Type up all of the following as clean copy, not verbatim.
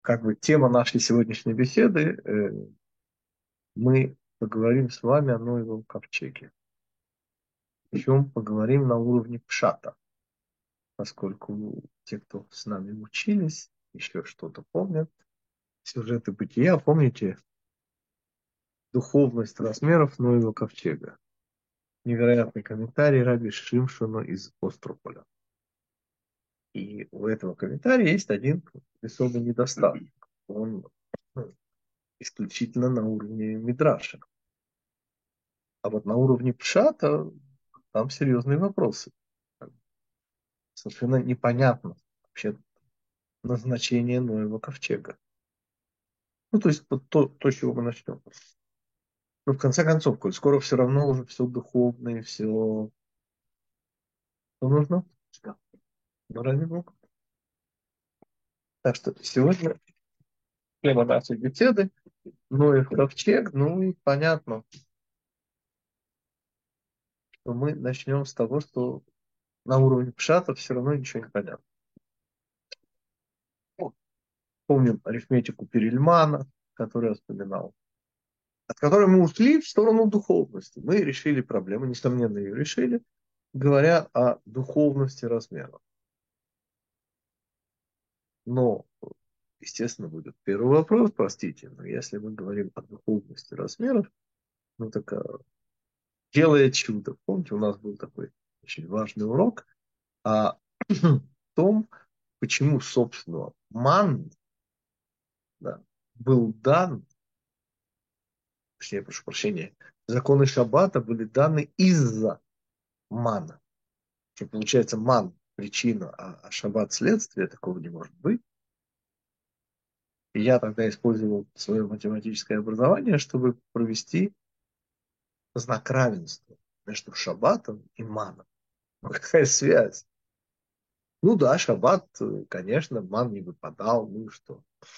как бы тема нашей сегодняшней беседы, мы поговорим с вами о Ноевом ковчеге. Причем поговорим на уровне пшата, поскольку те, кто с нами учились, еще что-то помнят. Сюжеты бытия, помните, духовность размеров Ноева ковчега. Невероятный комментарий раби Шимшона из Острополя. И у этого комментария есть один весомый недостаток. Он исключительно на уровне Мидраша. А вот на уровне пшата там серьезные вопросы. Совершенно непонятно вообще назначение Ноева ковчега. Ну, то есть вот то, с чего мы начнем. Ну, в конце концов, коль скоро все равно уже все духовное, все, что нужно. Ну, ради Бога. Так что сегодня тема нашей беседы Ноев ковчег. Ну и понятно, что мы начнем с того, что на уровне пшата все равно ничего не понятно. Помним арифметику Перельмана, который я вспоминал, от которой мы ушли в сторону духовности. Мы решили проблему, несомненно, ее решили, говоря о духовности размера. Но, естественно, будет первый вопрос, простите, но если мы говорим о духовности размеров, ну так делая чудо. Помните, у нас был такой очень важный урок о том, почему, собственно, ман, да, был дан, точнее, прошу прощения, законы шаббата были даны из-за мана. Что получается ман причина, а шаббат следствие, такого не может быть. И я тогда использовал свое математическое образование, чтобы провести знак равенства между шаббатом и маном. Ну, какая связь? Ну да, шаббат, конечно, ман не выпадал, ну и что?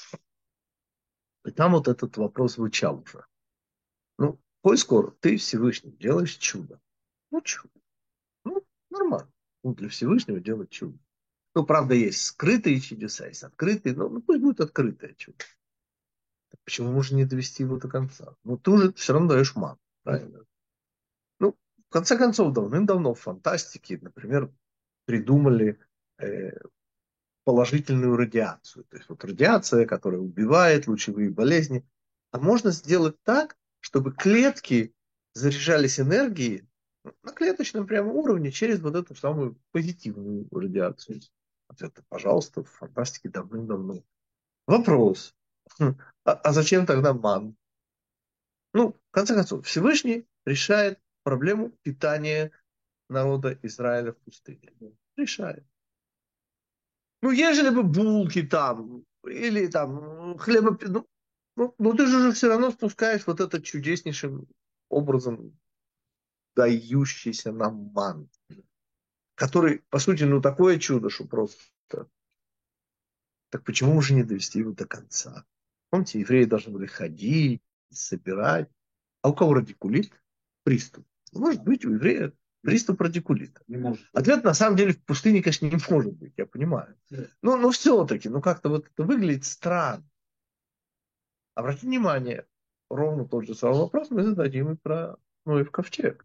И там вот этот вопрос звучал уже. Ну, коль скоро ты Всевышний делаешь чудо. Ну, чудо. Ну, нормально. Ну, для Всевышнего делать чудо. Ну, правда, есть скрытые чудеса, есть открытые, но ну, пусть будет открытое чудо. Почему можно не довести его до конца? Ну, ты уже все равно даешь ман, правильно? Ну, в конце концов, давным-давно в фантастике, например, придумали э, положительную радиацию. То есть вот радиация, которая убивает лучевые болезни. А можно сделать так, чтобы клетки заряжались энергией на клеточном прямо уровне через вот эту самую позитивную радиацию. Вот это, пожалуйста, в фантастике давным-давно. Вопрос. А зачем тогда ман? Ну, в конце концов, Всевышний решает проблему питания народа Израиля в пустыне. Решает. Ну, ежели бы булки там, или там хлеба, ну, ты же уже все равно спускаешь вот этот чудеснейшим образом дающийся нам ман, который, по сути, ну, такое чудо, что просто. Так почему же не довести его до конца? Помните, евреи должны были ходить, собирать. А у кого радикулит? Приступ. Может быть, у еврея приступ радикулита. Не может быть. Ответ на самом деле в пустыне, конечно, не может быть, я понимаю. Но все-таки, ну как-то вот это выглядит странно. Обратите внимание, ровно тот же самый вопрос мы зададим и про Ноев ковчег.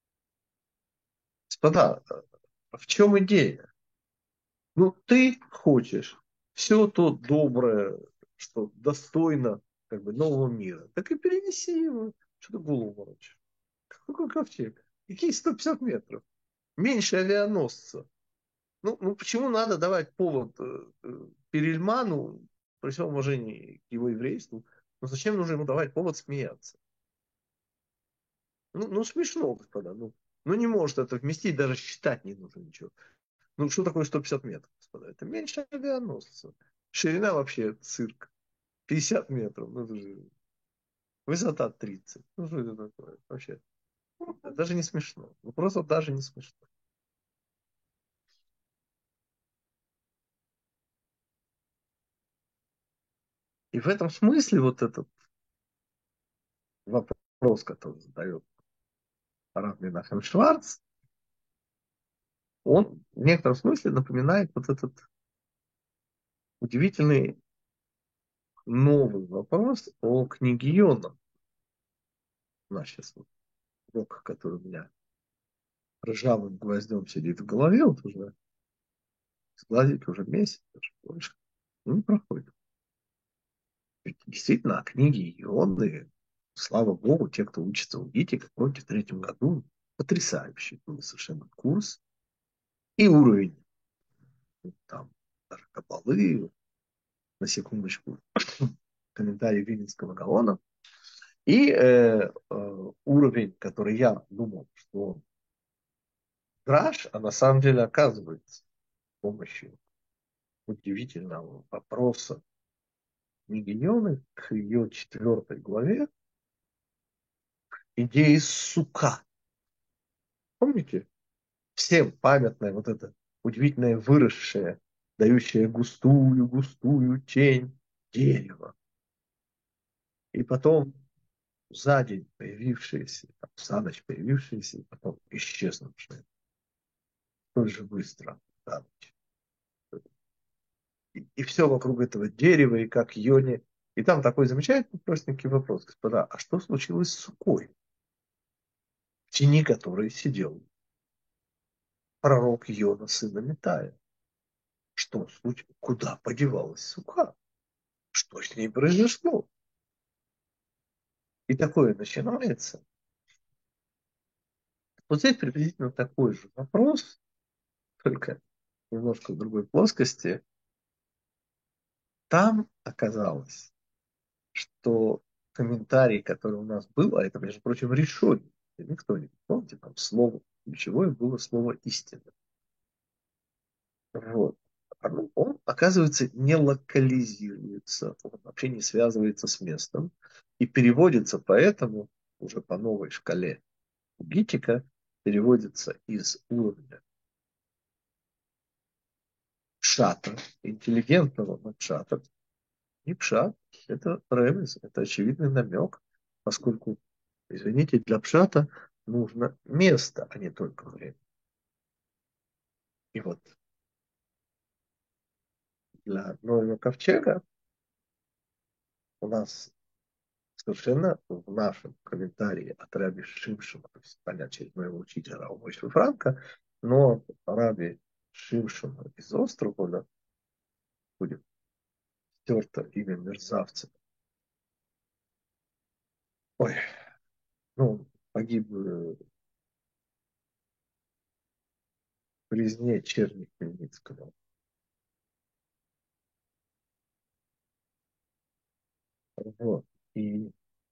Господа, в чем идея? Ну, ты хочешь все то доброе, что достойно как бы нового мира, так и перенеси его. Что ты голову морочишь? Какой ковчег? Какие 150 метров? Меньше авианосца. Ну почему надо давать повод Перельману, при всем уважении к его еврейству, но зачем нужно ему давать повод смеяться? Ну смешно, господа. Ну не может это вместить, даже считать не нужно ничего. Ну что такое 150 метров, господа? Это меньше авианосца. Ширина вообще цирк. 50 метров. Ну, это же высота 30. Ну что это такое вообще? Это даже не смешно. Ну просто даже не смешно. И в этом смысле вот этот вопрос, который задает Рав Менахем Шварц, он в некотором смысле напоминает вот этот удивительный новый вопрос о книге Йона. У нас сейчас вот урок, который у меня ржавым гвоздем сидит в голове, вот уже сгладить уже месяц, даже больше. Ну, не проходит. Ведь действительно, книги Ионы, слава богу, те, кто учится у Гити, как помните, в третьем году, потрясающий был совершенно курс и уровень там даже кабалы, на секундочку, комментарий Виленского Гаона, и уровень, который я думал, что он драж, а на самом деле оказывается с помощью удивительного вопроса Мигиньоны к ее 4 главе идеи сука. Помните? Всем памятное вот это удивительное выросшее, дающее густую тень дерева. И потом за день появившиеся, там, за ночь появившиеся, и потом исчезнувшие. Столь же быстро за ночь. И все вокруг этого дерева, и как Йони. И там такой замечательный простенький вопрос, господа, а что случилось с Сукой, в тени которой сидел пророк Йона, сына Митая? Что случилось? Куда подевалась Сука? Что с ней произошло? И такое начинается. Вот здесь приблизительно такой же вопрос, только немножко в другой плоскости. Там оказалось, что комментарий, который у нас был, а это, между прочим, решение, никто не помните, там слово ключевое было слово истина. Вот. Он, оказывается, не локализируется, он вообще не связывается с местом и переводится поэтому уже по новой шкале Гитика, переводится из уровня пшата, интеллигентного на пшата. И пшат– это ремес, это очевидный намек, поскольку, извините, для пшата нужно место, а не только время. И вот для Нового ковчега у нас совершенно в нашем комментарии от Раби Шимшина, то есть понятно, через моего учителя Рава Мойши Франка, но Раби Шимшина из Острополя будет стерто имя мерзавца. Ой, ну, погиб в резне Черни Хмельницкого. Вот. И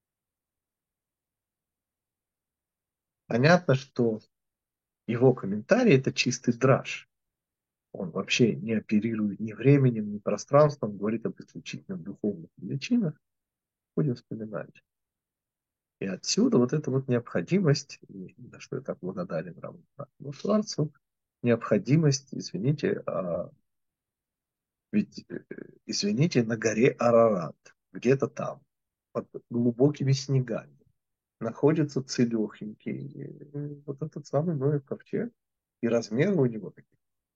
понятно, что его комментарий это чистый драж. Он вообще не оперирует ни временем, ни пространством, говорит об исключительно духовных величинах. Будем вспоминать. И отсюда вот эта вот необходимость, и за что я так благодарен Раму Шварцу, необходимость, извините, ведь, извините, на горе Арарат, где-то там, под глубокими снегами, находится целехенький вот этот самый Ноев ковчег, и размеры у него такие,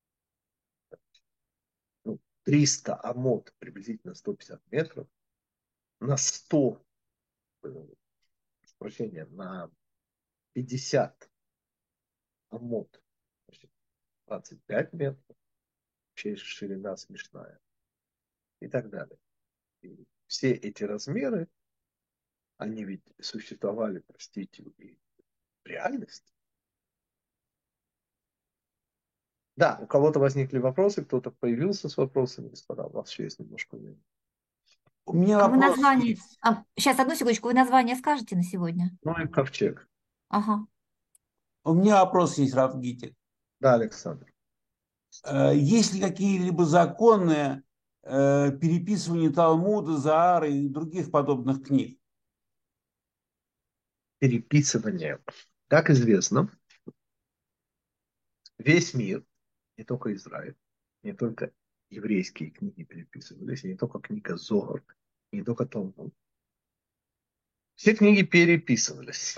ну, 300 амод, приблизительно 150 метров, на 100, прощения, на 50 амод, 25 метров, вообще ширина смешная и так далее. И все эти размеры, они ведь существовали, простите, и в реальности. Да, у кого-то возникли вопросы, кто-то появился с вопросами, господа, у вас еще есть немножко времени. У меня А вы вопрос название... есть. сейчас, одну секундочку, вы название скажете на сегодня? Ну и ковчег. Ага. У меня вопрос есть, Равгите. Да, Александр. Есть ли какие-либо законы переписывания Талмуда, Заары и других подобных книг? Переписывание. Как известно, весь мир, не только Израиль, не только еврейские книги переписывались, не только книга Зоар, не только Талмуд. Все книги переписывались.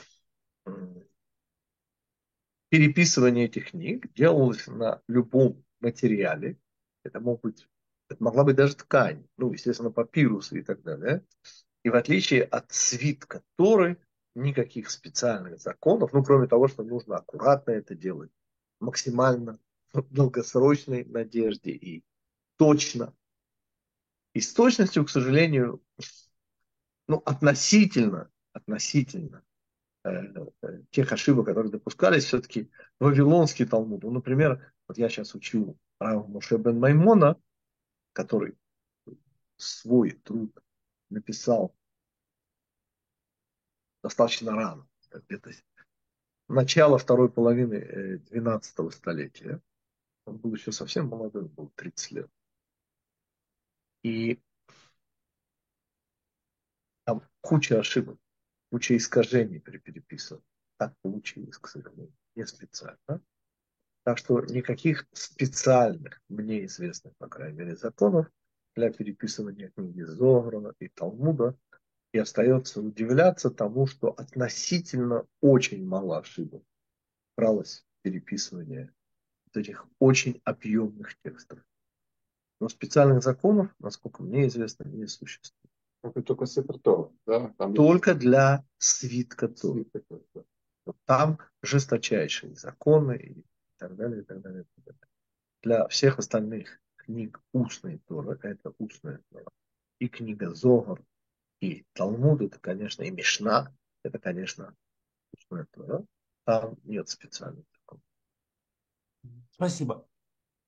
Переписывание этих книг делалось на любом материале. Это мог быть Это могла быть даже ткань, ну, естественно, папирусы и так далее. И в отличие от свитка Торы, никаких специальных законов, ну, кроме того, что нужно аккуратно это делать, максимально в долгосрочной надежде и точно. И с точностью, к сожалению, ну, относительно тех ошибок, которые допускались, все-таки Вавилонский Талмуд. Ну, например, вот я сейчас учу Рава Моше бен Маймона, который свой труд написал достаточно рано, где-то начало второй половины 12 столетия. Он был еще совсем молодой, был 30 лет. И там куча ошибок, куча искажений при переписывании. Так получилось, к сожалению, не специально. Так что никаких специальных, мне известных, по крайней мере, законов для переписывания книги Зогра и Талмуда. И остается удивляться тому, что относительно очень мало ошибок бралось в переписывание вот этих очень объемных текстов. Но специальных законов, насколько мне известно, не существует. Это только Сефер Тора, да? Там Только для свитка Торы. Вот там жесточайшие законы и так далее, и так далее, и так далее. Для всех остальных книг устной Торы, это устная Тора. И книга Зогар, и Талмуд, это, конечно, и Мишна, это, конечно, устная Тора. Там нет специальных законов. Спасибо.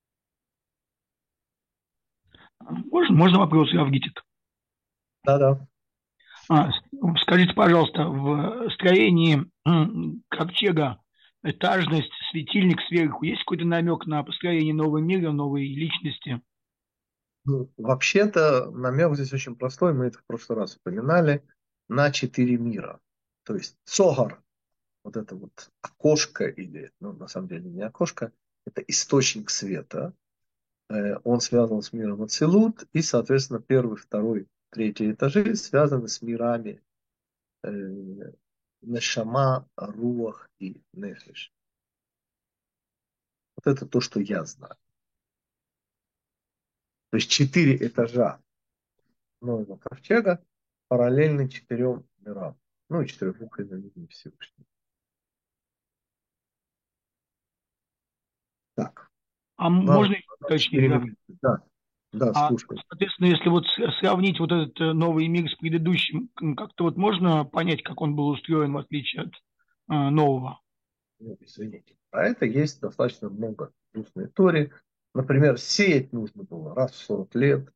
Можно вопрос, Равгитик? Да-да. Скажите, пожалуйста, в строении ковчега этажность, светильник сверху, есть какой-то намек на построение нового мира, новой личности? Ну, вообще-то намек здесь очень простой, мы это в прошлый раз упоминали, на 4 мира. То есть Цогар, вот это вот окошко, или, ну, на самом деле не окошко, это источник света. Он связан с миром Ацилут, и, соответственно, первый, второй, третий этажи связаны с мирами Нешама, Руах и Нефиш. Вот это то, что я знаю. То есть 4 этажа Ноева ковчега параллельны 4 мирам. Ну и 4 видим Всевышнего. Так. Можно еще уточнить, 4 Рав? минуты. Да, да, слушай. Соответственно, если вот сравнить вот этот новый мир с предыдущим, как-то вот можно понять, как он был устроен, в отличие от нового? Ну, извините. А это есть достаточно много в устной Торе. Например, сеять нужно было раз в 40 лет.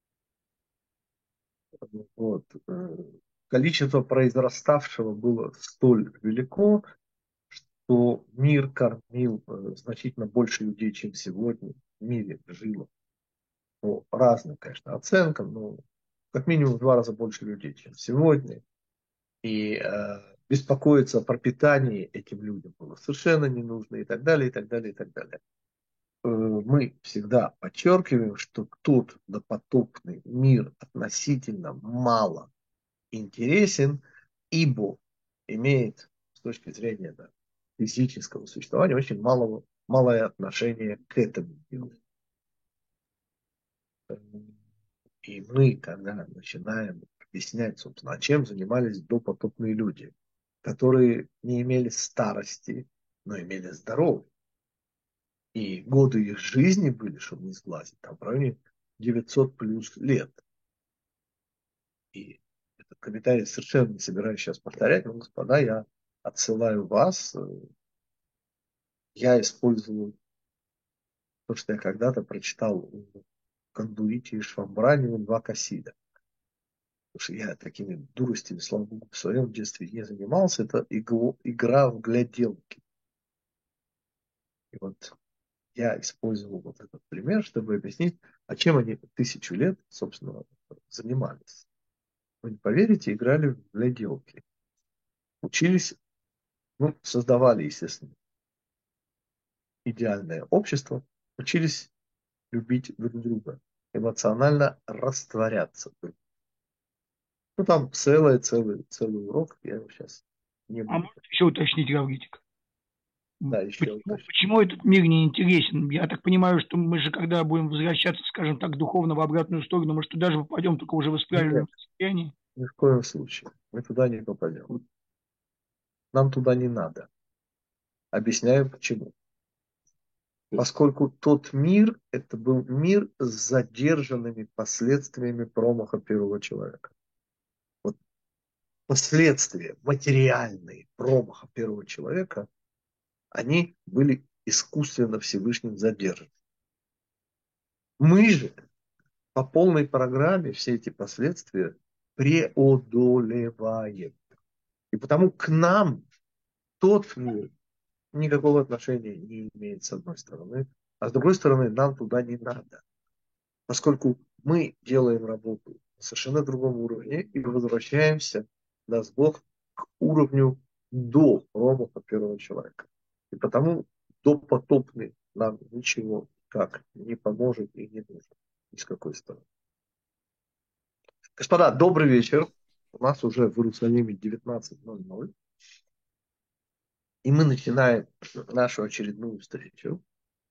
Вот. Количество произраставшего было столь велико, что мир кормил значительно больше людей, чем сегодня в мире жило. По разным, конечно, оценкам, но как минимум в 2 раза больше людей, чем сегодня. И беспокоиться о пропитании этим людям было совершенно не нужно, и так далее, и так далее, и так далее. Мы всегда подчеркиваем, что тот допотопный мир относительно мало интересен, ибо имеет с точки зрения, да, физического существования очень малое отношение к этому миру. И мы, когда начинаем объяснять, собственно, чем занимались допотопные люди, которые не имели старости, но имели здоровье. И годы их жизни были, чтобы не сглазить, там в районе 900 плюс лет. И этот комментарий совершенно не собираюсь сейчас повторять, но, господа, я отсылаю вас. Я использую то, что я когда-то прочитал у Кандурити и Швамбрани у Льва Кассида. Потому что я такими дуростями, слава богу, в своем детстве не занимался. Это игра в гляделки. И вот я использовал вот этот пример, чтобы объяснить, а чем они 1000 лет, собственно, занимались. Вы не поверите, играли в гляделки. Учились, ну, создавали, естественно, идеальное общество, учились любить друг друга, эмоционально растворяться. Ну, там целый урок, я его сейчас не буду. Можно еще уточнить, Равгитик? Да, еще уточню. Почему этот мир не интересен? Я так понимаю, что мы же, когда будем возвращаться, скажем так, духовно в обратную сторону, мы что даже попадем только уже в исправленном Нет, состоянии? ни в коем случае. Мы туда не попадем. Нам туда не надо. Объясняю почему. Поскольку тот мир, это был мир с задержанными последствиями промаха первого человека. Вот последствия материальные промаха первого человека, они были искусственно Всевышним задержаны. Мы же по полной программе все эти последствия преодолеваем. И потому к нам тот мир никакого отношения не имеет с одной стороны, а с другой стороны нам туда не надо. Поскольку мы делаем работу на совершенно другом уровне и возвращаемся, даст Бог, к уровню до промаха первого человека. И потому допотопный нам ничего как не поможет и не нужен ни с какой стороны. Господа, добрый вечер. У нас уже в Иерусалиме 19:00. И мы начинаем нашу очередную встречу.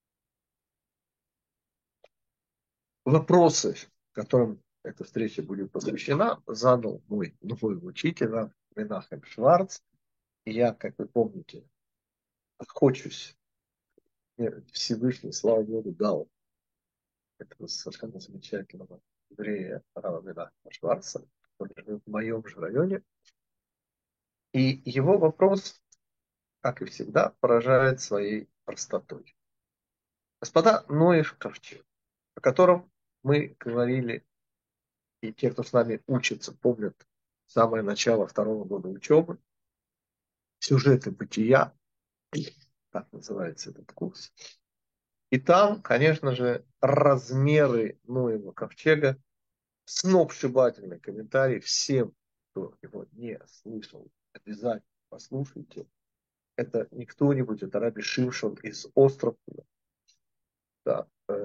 Вопросы, которым эта встреча будет посвящена, задал мой новый учитель Менахем Шварц. И я, как вы помните, хочусь, мне Всевышний, слава Богу, дал этого совершенно замечательного еврея Рава Менахема Шварца, который живет в моем же районе. И его вопрос, как и всегда, поражает своей простотой. Господа, Ноев ковчег, о котором мы говорили, и те, кто с нами учится, помнят самое начало 2-го года учебы, сюжеты бытия, так называется этот курс. И там, конечно же, размеры Ноева ковчега, сногсшибательный комментарий всем, кто его не слышал, обязательно послушайте. Это не кто-нибудь, это Раби Шимшон из Островки. Да,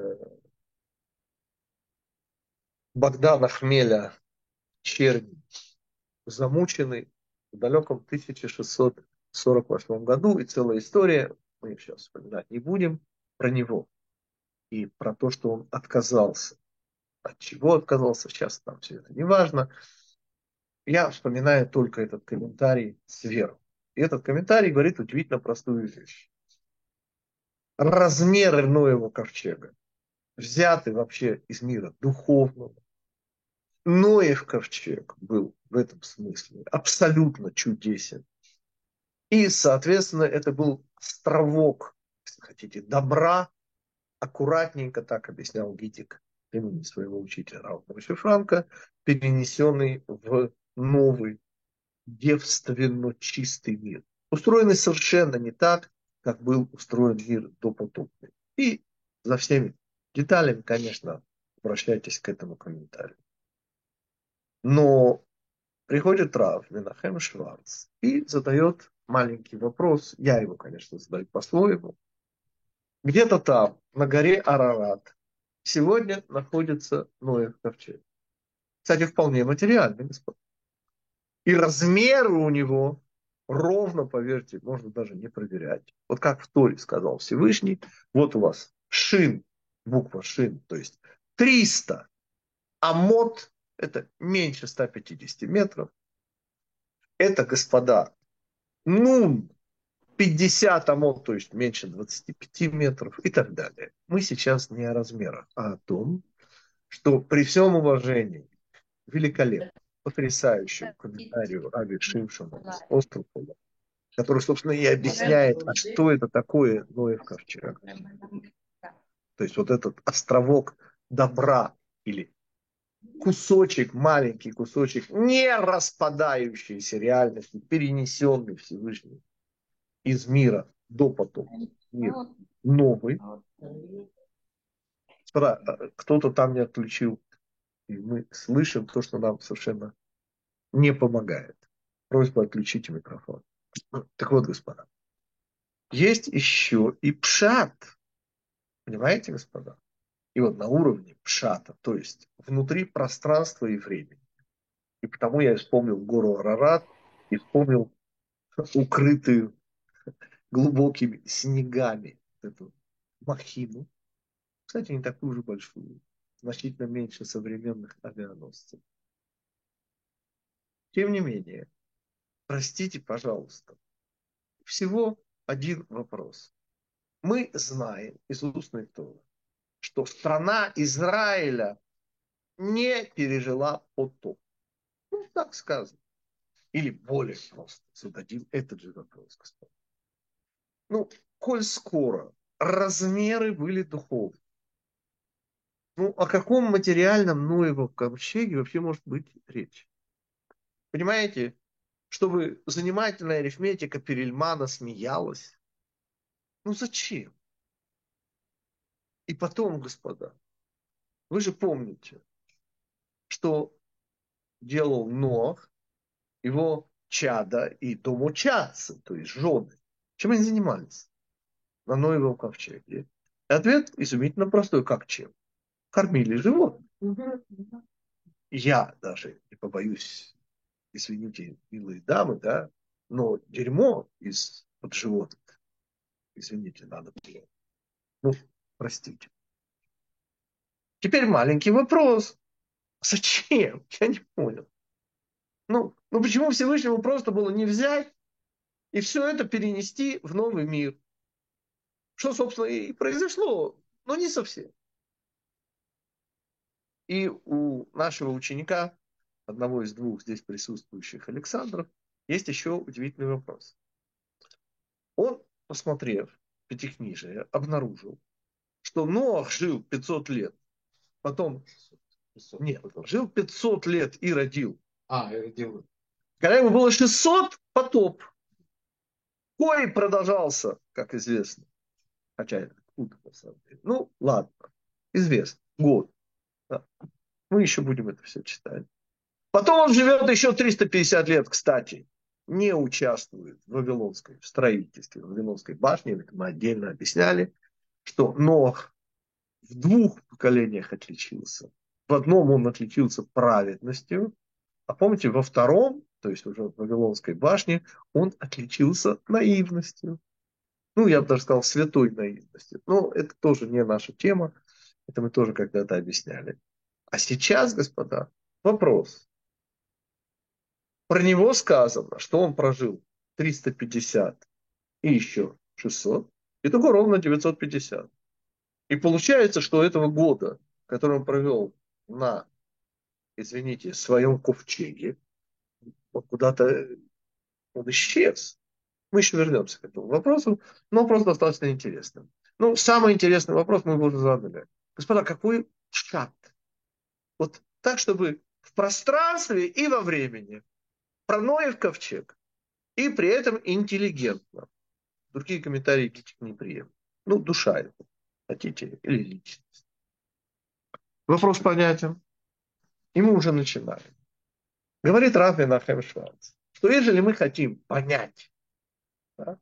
Богдана Хмеля Черни, замученный в далеком 1648 году. И целая история, мы сейчас вспоминать не будем, про него. И про то, что он отказался. От чего отказался, сейчас нам все это не важно. Я вспоминаю только этот комментарий сверху. И этот комментарий говорит удивительно простую вещь. Размеры Ноева ковчега взяты вообще из мира духовного. Ноев ковчег был в этом смысле абсолютно чудесен. И, соответственно, это был островок, если хотите, добра, аккуратненько, так объяснял Гитик имени своего учителя Рауха Франка, перенесенный в новый, девственно чистый мир. Устроенный совершенно не так, как был устроен мир допотопный. И за всеми деталями, конечно, обращайтесь к этому комментарию. Но приходит Рав Менахем Шварц и задает маленький вопрос. Я его, конечно, задаю по-своему. Где-то там, на горе Арарат, сегодня находится Ноев ковчег. Кстати, вполне материальный, господа. И размеры у него ровно, поверьте, можно даже не проверять. Вот как в Торе сказал Всевышний, вот у вас шин, буква шин, то есть 300, а мот это меньше 150 метров. Это, господа, нун 50 амот, то есть меньше 25 метров и так далее. Мы сейчас не о размерах, а о том, что при всем уважении великолепно, потрясающему комментарию Раби Шимшона из Острополя, который, собственно, и объясняет, а что это такое Ноев ковчег. То есть вот этот островок добра или кусочек, маленький кусочек не распадающейся реальности, перенесенный Всевышним из мира до потока. Мир новый. Кто-то там не отключил. И мы слышим то, что нам совершенно не помогает. Просьба отключите микрофон. Так вот, господа. Есть еще и пшат. Понимаете, господа? И вот на уровне пшата, то есть внутри пространства и времени. И потому я вспомнил гору Арарат и вспомнил укрытую глубокими снегами эту махину. Кстати, не такую уже большую, значительно меньше современных авианосцев. Тем не менее, простите, пожалуйста, всего один вопрос. Мы знаем из устной Торы, что страна Израиля не пережила потоп. Ну, так сказано. Или более просто зададим этот же вопрос, господа. Ну, коль скоро размеры были духовны, ну, о каком материальном Ноевом ковчеге вообще может быть речь? Понимаете, чтобы занимательная арифметика Перельмана смеялась? Ну, зачем? И потом, господа, вы же помните, что делал Ноах, его чада и домочадцы, то есть жены. Чем они занимались на Ноевом ковчеге? И ответ изумительно простой, как чем? Кормили животных. Я даже не побоюсь, извините, милые дамы, да, но дерьмо из-под животных, извините, надо было. Ну, простите. Теперь маленький вопрос. Зачем? Я не понял. Ну почему Всевышнему просто было не взять и все это перенести в новый мир? Что, собственно, и произошло, но не совсем. И у нашего ученика, одного из двух здесь присутствующих Александров, есть еще удивительный вопрос. Он, посмотрев Пятикнижие, обнаружил, что Ноах жил 500 лет, потом, нет, жил 500 лет и родил. А, я делаю. Когда ему было 600, потоп. Кой продолжался, как известно. Хотя откуда на самом деле. Ну, ладно, известно. Год. Да. Мы еще будем это все читать. Потом он живет еще 350 лет, кстати. Не участвует в Вавилонской в строительстве Вавилонской башни. Это мы отдельно объясняли, что Ноах в двух поколениях отличился. В одном он отличился праведностью, а помните, во втором, то есть уже в Вавилонской башне, он отличился наивностью. Ну, я бы даже сказал, святой наивностью. Но это тоже не наша тема. Это мы тоже когда-то объясняли. А сейчас, господа, вопрос. Про него сказано, что он прожил 350 и еще 600. Итого ровно 950. И получается, что этого года, который он провел на, извините, своем ковчеге, он куда-то он исчез. Мы еще вернемся к этому вопросу, но вопрос достаточно интересный. Ну, самый интересный вопрос мы его уже задали. Господа, какой шаг? Вот так, чтобы в пространстве и во времени про Ноев ковчег и при этом интеллигентно. Другие комментарии не приемлют. Ну, душа это, хотите, или личность. Вопрос понятен. И мы уже начинаем. Говорит Рав Менахем Шварц, что если мы хотим понять, да,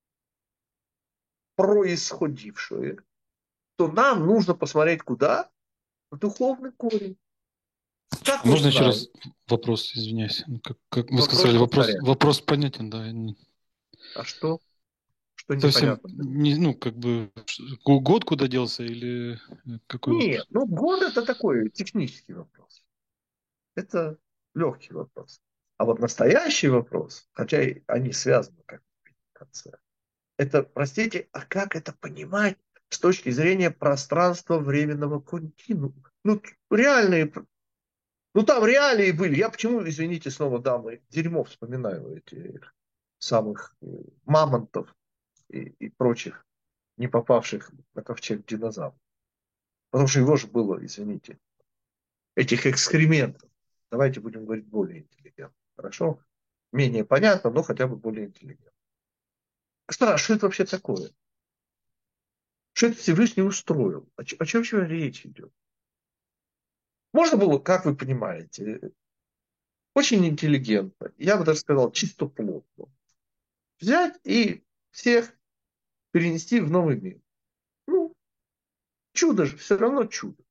происходившее, то нам нужно посмотреть куда? В духовный корень. Как мы Можно еще знаем, раз вопрос, извиняюсь. Ну, как вы вопрос сказали, повторяю. вопрос понятен, да. А что? Что Совсем непонятно? не, ну, как бы год куда делся или какой Нет, вопрос? ну год это такой технический вопрос. Это легкий вопрос. А вот настоящий вопрос, хотя и они связаны как в конце, это, простите, а как это понимать с точки зрения пространства временного континуума? Ну, реальные, ну там реалии были. Я почему, извините, снова дамы, дерьмо вспоминаю этих самых мамонтов и прочих, не попавших на ковчег динозавров. Потому что его же было, извините, этих экскрементов. Давайте будем говорить более интеллигентно. Хорошо? Менее понятно, но хотя бы более интеллигентно. Господа, что это вообще такое? Что это Всевышний устроил? О чем вообще речь идет? Можно было, как вы понимаете, очень интеллигентно, я бы даже сказал, чисто плотно, взять и всех перенести в новый мир. Ну, чудо же, все равно чудо.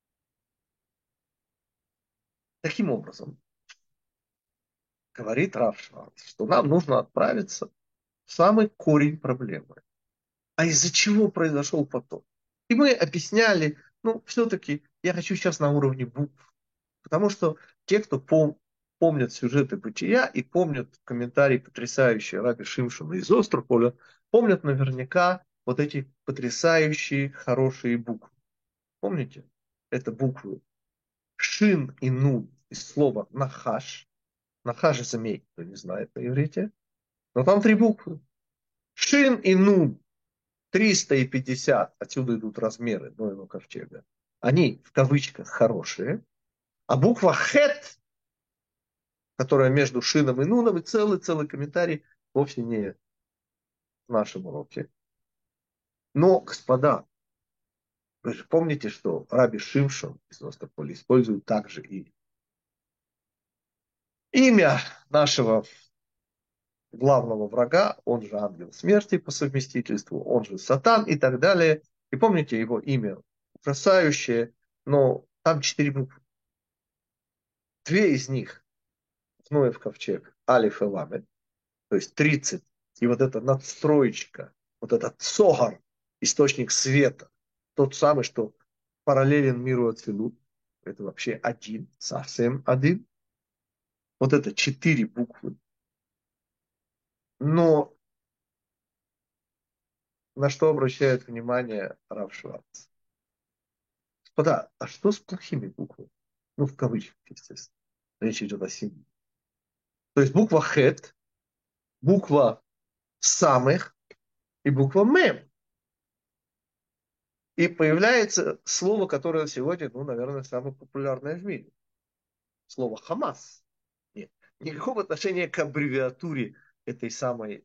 Таким образом, говорит Рав Шварц, что нам нужно отправиться самый корень проблемы. А из-за чего произошел потоп? И мы объясняли, ну, все-таки я хочу сейчас на уровне букв. Потому что те, кто помнят сюжеты бытия и помнят комментарии потрясающие Раби Шимшона из Острополя, помнят наверняка вот эти потрясающие хорошие буквы. Помните? Это буквы Шин и Нун из слова Нахаш. Нахаш змей, кто не знает на иврите. Но там три буквы. Шин и Нун. 350, отсюда идут размеры Ноева ковчега. Они в кавычках хорошие. А буква Хет, которая между Шином и Нуном, и целый комментарий вовсе не в нашем уроке. Но, господа, вы же помните, что Раби Шимшон из Нострополя использует также и имя нашего главного врага, он же ангел смерти по совместительству, он же Сатан и так далее. И помните его имя ужасающее, но там 4 буквы. 2 из них в Ноев ковчег, Алиф и Ламед, то есть 30. И вот эта надстроечка, вот этот Цогар, источник света, тот самый, что параллелен миру Ацилут, это вообще один, совсем один. Вот это 4 буквы. Но на что обращает внимание Рав Шварц? Господа, а что с плохими буквами? Ну, в кавычках, естественно. Речь идет о символе. То есть буква Хет, буква Самых и буква Мем. И появляется слово, которое сегодня, ну, наверное, самое популярное в мире. Слово Хамас. Нет, никакого отношения к аббревиатуре этой самой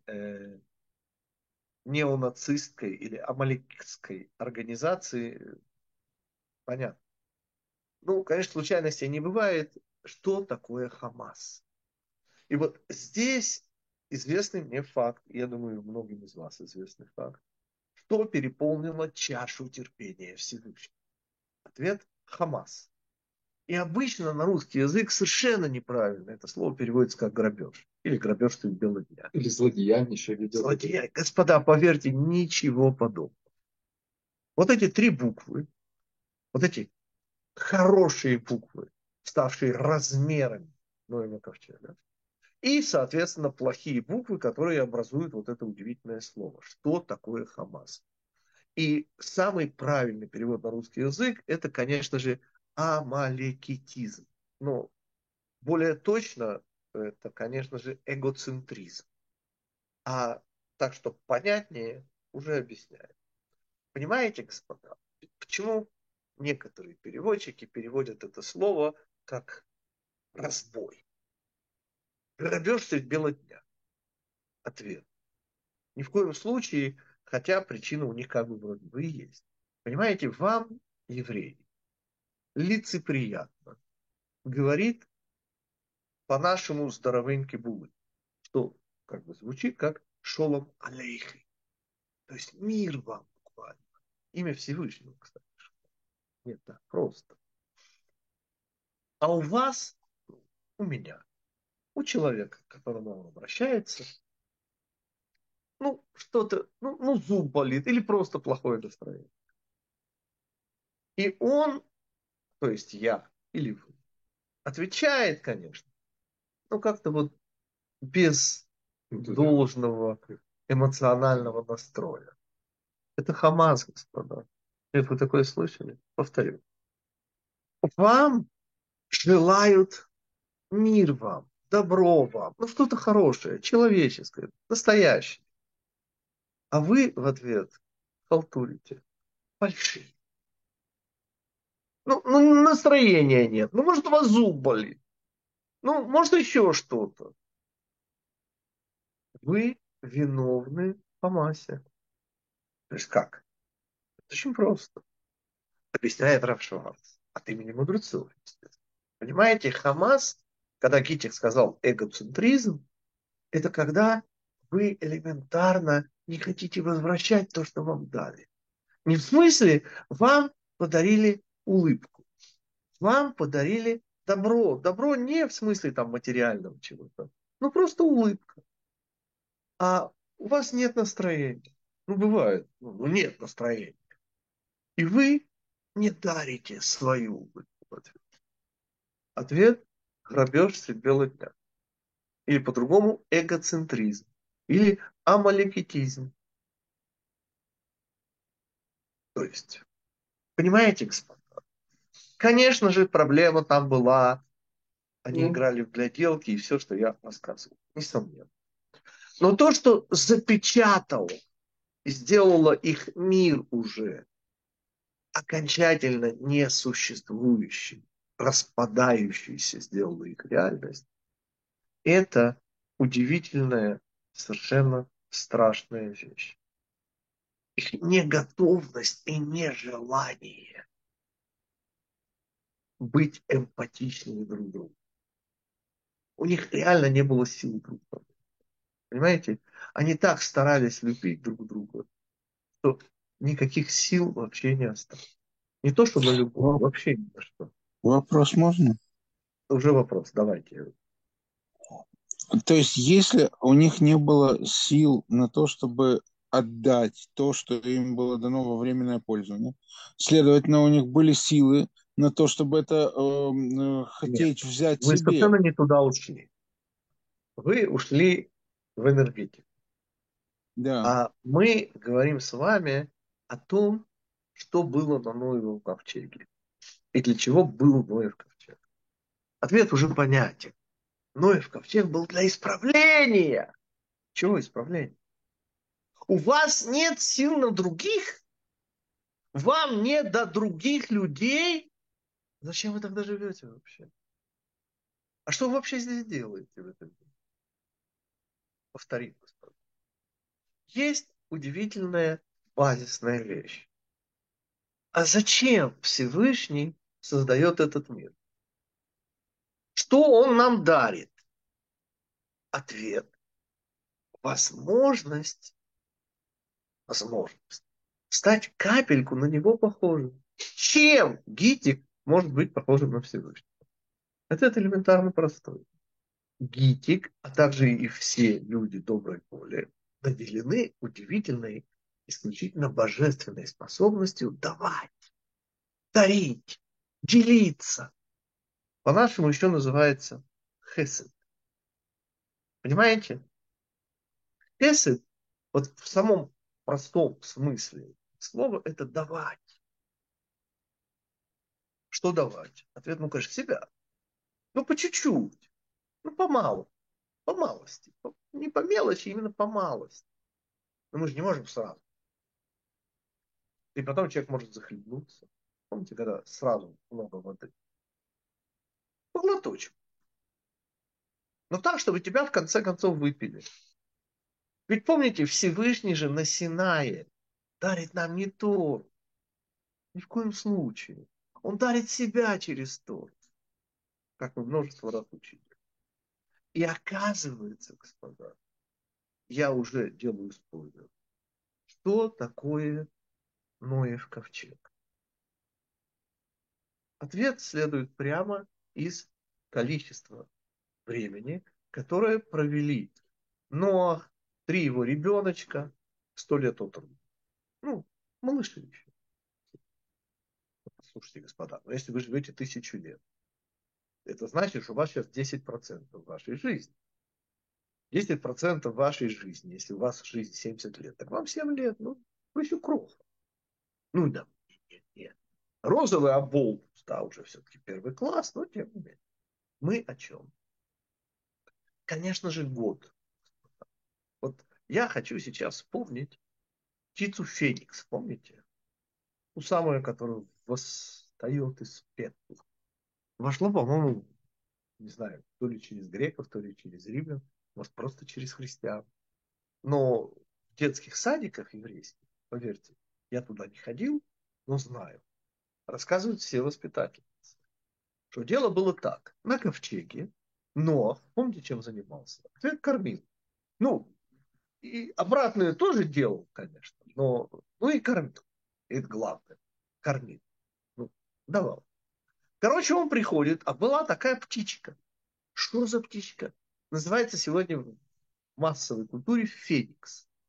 неонацистской или амаликской организации. Понятно. Ну, конечно, случайностей не бывает. Что такое Хамас? И вот здесь известный мне факт, я думаю, многим из вас известный факт, что переполнило чашу терпения Всевышнего. Ответ – Хамас. И обычно на русский язык совершенно неправильно это слово переводится как грабеж. Или грабеж средь бела дня. Или злодеяние ведет. Злодеяние. Господа, поверьте, ничего подобного. Вот эти 3 буквы, вот эти хорошие буквы, ставшие размерами Ноева ковчега, и, соответственно, плохие буквы, которые образуют вот это удивительное слово. Что такое Хамас? И самый правильный перевод на русский язык – это, конечно же, амалекитизм. Но более точно это, конечно же, эгоцентризм. А так, чтобы понятнее, уже объясняю. Понимаете, господа, почему некоторые переводчики переводят это слово как разбой? Грабеж средь бела дня. Ответ. Ни в коем случае, хотя причина у них как бы вроде бы и есть. Понимаете, вам, евреи, лицеприятно говорит по-нашему здоровеньки булы, что как бы звучит как шолом алейхи. То есть мир вам буквально. Имя Всевышнего, кстати. Нет, так просто. А у вас, у меня, у человека, к которому он обращается, ну, что-то, ну, зуб болит или просто плохое настроение. И он, то есть я или вы, отвечает, конечно, ну, как-то вот без должного эмоционального настроя. Это Хамас, господа. Нет, вы такое слышали? Повторю. Вам желают мир вам, добро вам, ну что-то хорошее, человеческое, настоящее. А вы в ответ халтурите. Фальшивите. Ну, настроения нет. Ну, может, у вас зуб болит. Ну, может, еще что-то. Вы виновны по массе. То есть как? Это очень просто. Объясняет Рав Шварц от имени мудрецов, естественно. Понимаете, Хамас, когда Гитих сказал эгоцентризм, это когда вы элементарно не хотите возвращать то, что вам дали. Не в смысле, вам подарили улыбку, вам подарили добро. Добро не в смысле там материального чего-то, ну просто улыбка. А у вас нет настроения. Ну, бывает, ну, нет настроения. И вы не дарите свою ответ. Ответ – грабеж средь бела дня. Или по-другому эгоцентризм. Или амалекитизм. То есть, понимаете, господа? Конечно же, проблема там была. Они играли в гляделки и все, что я рассказывал. Несомненно. Но то, что запечатало и сделало их мир уже окончательно несуществующим, распадающийся, сделало их реальность, это удивительная, совершенно страшная вещь. Их неготовность и нежелание быть эмпатичными друг другу. У них реально не было сил друг друга. Понимаете? Они так старались любить друг друга, что никаких сил вообще не осталось. Не то, что на любовь, Во- вообще ни на что. Вопрос можно? Уже вопрос, давайте. То есть, если у них не было сил на то, чтобы отдать то, что им было дано во временное пользование, следовательно, у них были силы на то, чтобы это Нет, хотеть взять вы себе. совершенно не туда ушли. Вы ушли в энергетику. Да. А мы говорим с вами о том, что было на Ноевом ковчеге. И для чего был Ноев ковчег. Ответ уже понятен. Ноев ковчег был для исправления. Чего исправления? У вас нет сил на других? Вам не до других людей? Зачем вы тогда живете вообще? А что вы вообще здесь делаете в этом мире? Повторим, господа. Есть удивительная базисная вещь. А зачем Всевышний создает этот мир? Что он нам дарит? Ответ. Возможность стать капельку на него похожим. Чем Гитик может быть похожим на Всевышнего? Ответ элементарно простой. Гитик, а также и все люди доброй воли, наделены удивительной, исключительно божественной способностью давать, дарить, делиться. По-нашему еще называется хесед. Понимаете? Хесед, вот в самом простом смысле слова, это давать. Что давать? Ответ, ну, конечно, себя. Ну, по чуть-чуть. Ну, по малости. Не по мелочи, именно по малости. Но мы же не можем сразу. И потом человек может захлебнуться. Помните, когда сразу много воды? Ну, глоточек. Но так, чтобы тебя в конце концов выпили. Ведь помните, Всевышний же на Синае дарит нам не Тору. Ни в коем случае. Он дарит себя через Тору. Как мы множество раз учили. И оказывается, господа, я уже делаю спойлер. Что такое Ноев ковчег? Ответ следует прямо из количества времени, которое провели Ноах, 3 его ребеночка, 100 лет от роду. Ну, малыши еще. Слушайте, господа, но если вы живете 1000 лет, это значит, что у вас сейчас 10% вашей жизни. 10% вашей жизни, если у вас жизнь 70 лет, так вам 7 лет, ну, вы еще кроха. Ну да, нет. Розовый оболтус, да, уже все-таки первый класс, но тем не менее. Мы о чем? Конечно же, год. Вот я хочу сейчас вспомнить птицу Феникс, помните? Ту самую, которая восстает из пепла. Вошла, по-моему, не знаю, то ли через греков, то ли через римлян, может, просто через христиан. Но в детских садиках еврейских, поверьте, я туда не ходил, но знаю. Рассказывают все воспитатели. Что дело было так. На ковчеге Ноах, помните, чем занимался? Ответ кормил. Ну, и обратное тоже делал, конечно, но ну и кормил. Это главное. Кормил. Ну, давал. Короче, он приходит, а была такая птичка. Что за птичка? Называется сегодня в массовой культуре феникс.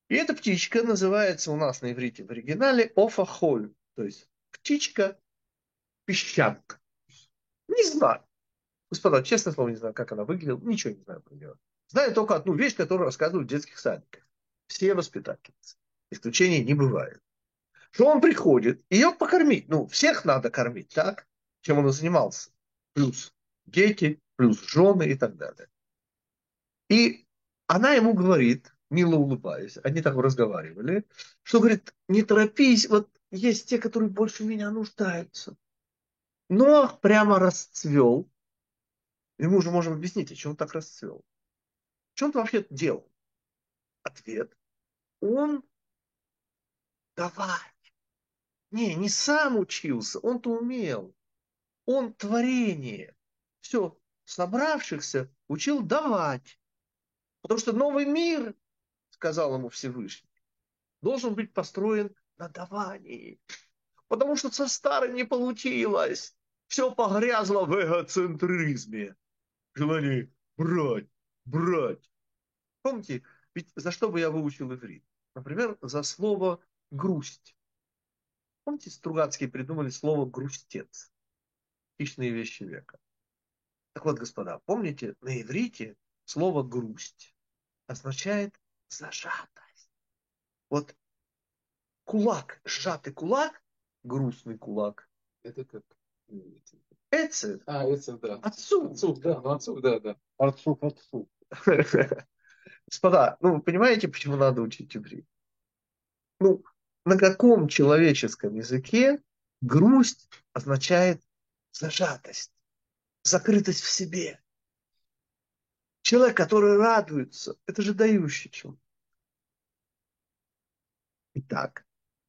И эта птичка называется у нас на иврите в оригинале офахоль, то есть птичка-песчанка. Не знаю. Господа, честное слово, не знаю, как она выглядела, ничего не знаю про нее. Знаю только одну вещь, которую рассказывают в детских садиках. Все воспитательницы. Исключений не бывает. Что он приходит, ее покормить. Ну, всех надо кормить, так? Чем он и занимался. Плюс дети, плюс жены и так далее. И она ему говорит, мило улыбаясь, они так разговаривали, что говорит, не торопись, вот есть те, которые больше меня нуждаются. Ноах прямо расцвел. И мы уже можем объяснить, о чем он так расцвел. Что он вообще делал? Ответ. Он давай. Не сам учился, он-то умел. Он творение. Все, собравшихся учил давать. Потому что новый мир, сказал ему Всевышний, должен быть построен на давании. Потому что со старым не получилось. Все погрязло в эгоцентризме. Желание брать, брать. Помните, ведь за что бы я выучил иврит? Например, за слово грусть. Помните, Стругацкие придумали слово грустец. Хищные вещи века. Так вот, господа, помните, на иврите слово грусть означает зажатость. Вот кулак, сжатый кулак, грустный кулак. Это как? Эцет. Это да. Отцу. Отцу, да, ну отцу, да. Отцу. Господа, ну вы понимаете, почему надо учить иврит? Ну, на каком человеческом языке грусть означает зажатость, закрытость в себе? Человек, который радуется, это же дающий человек. Итак,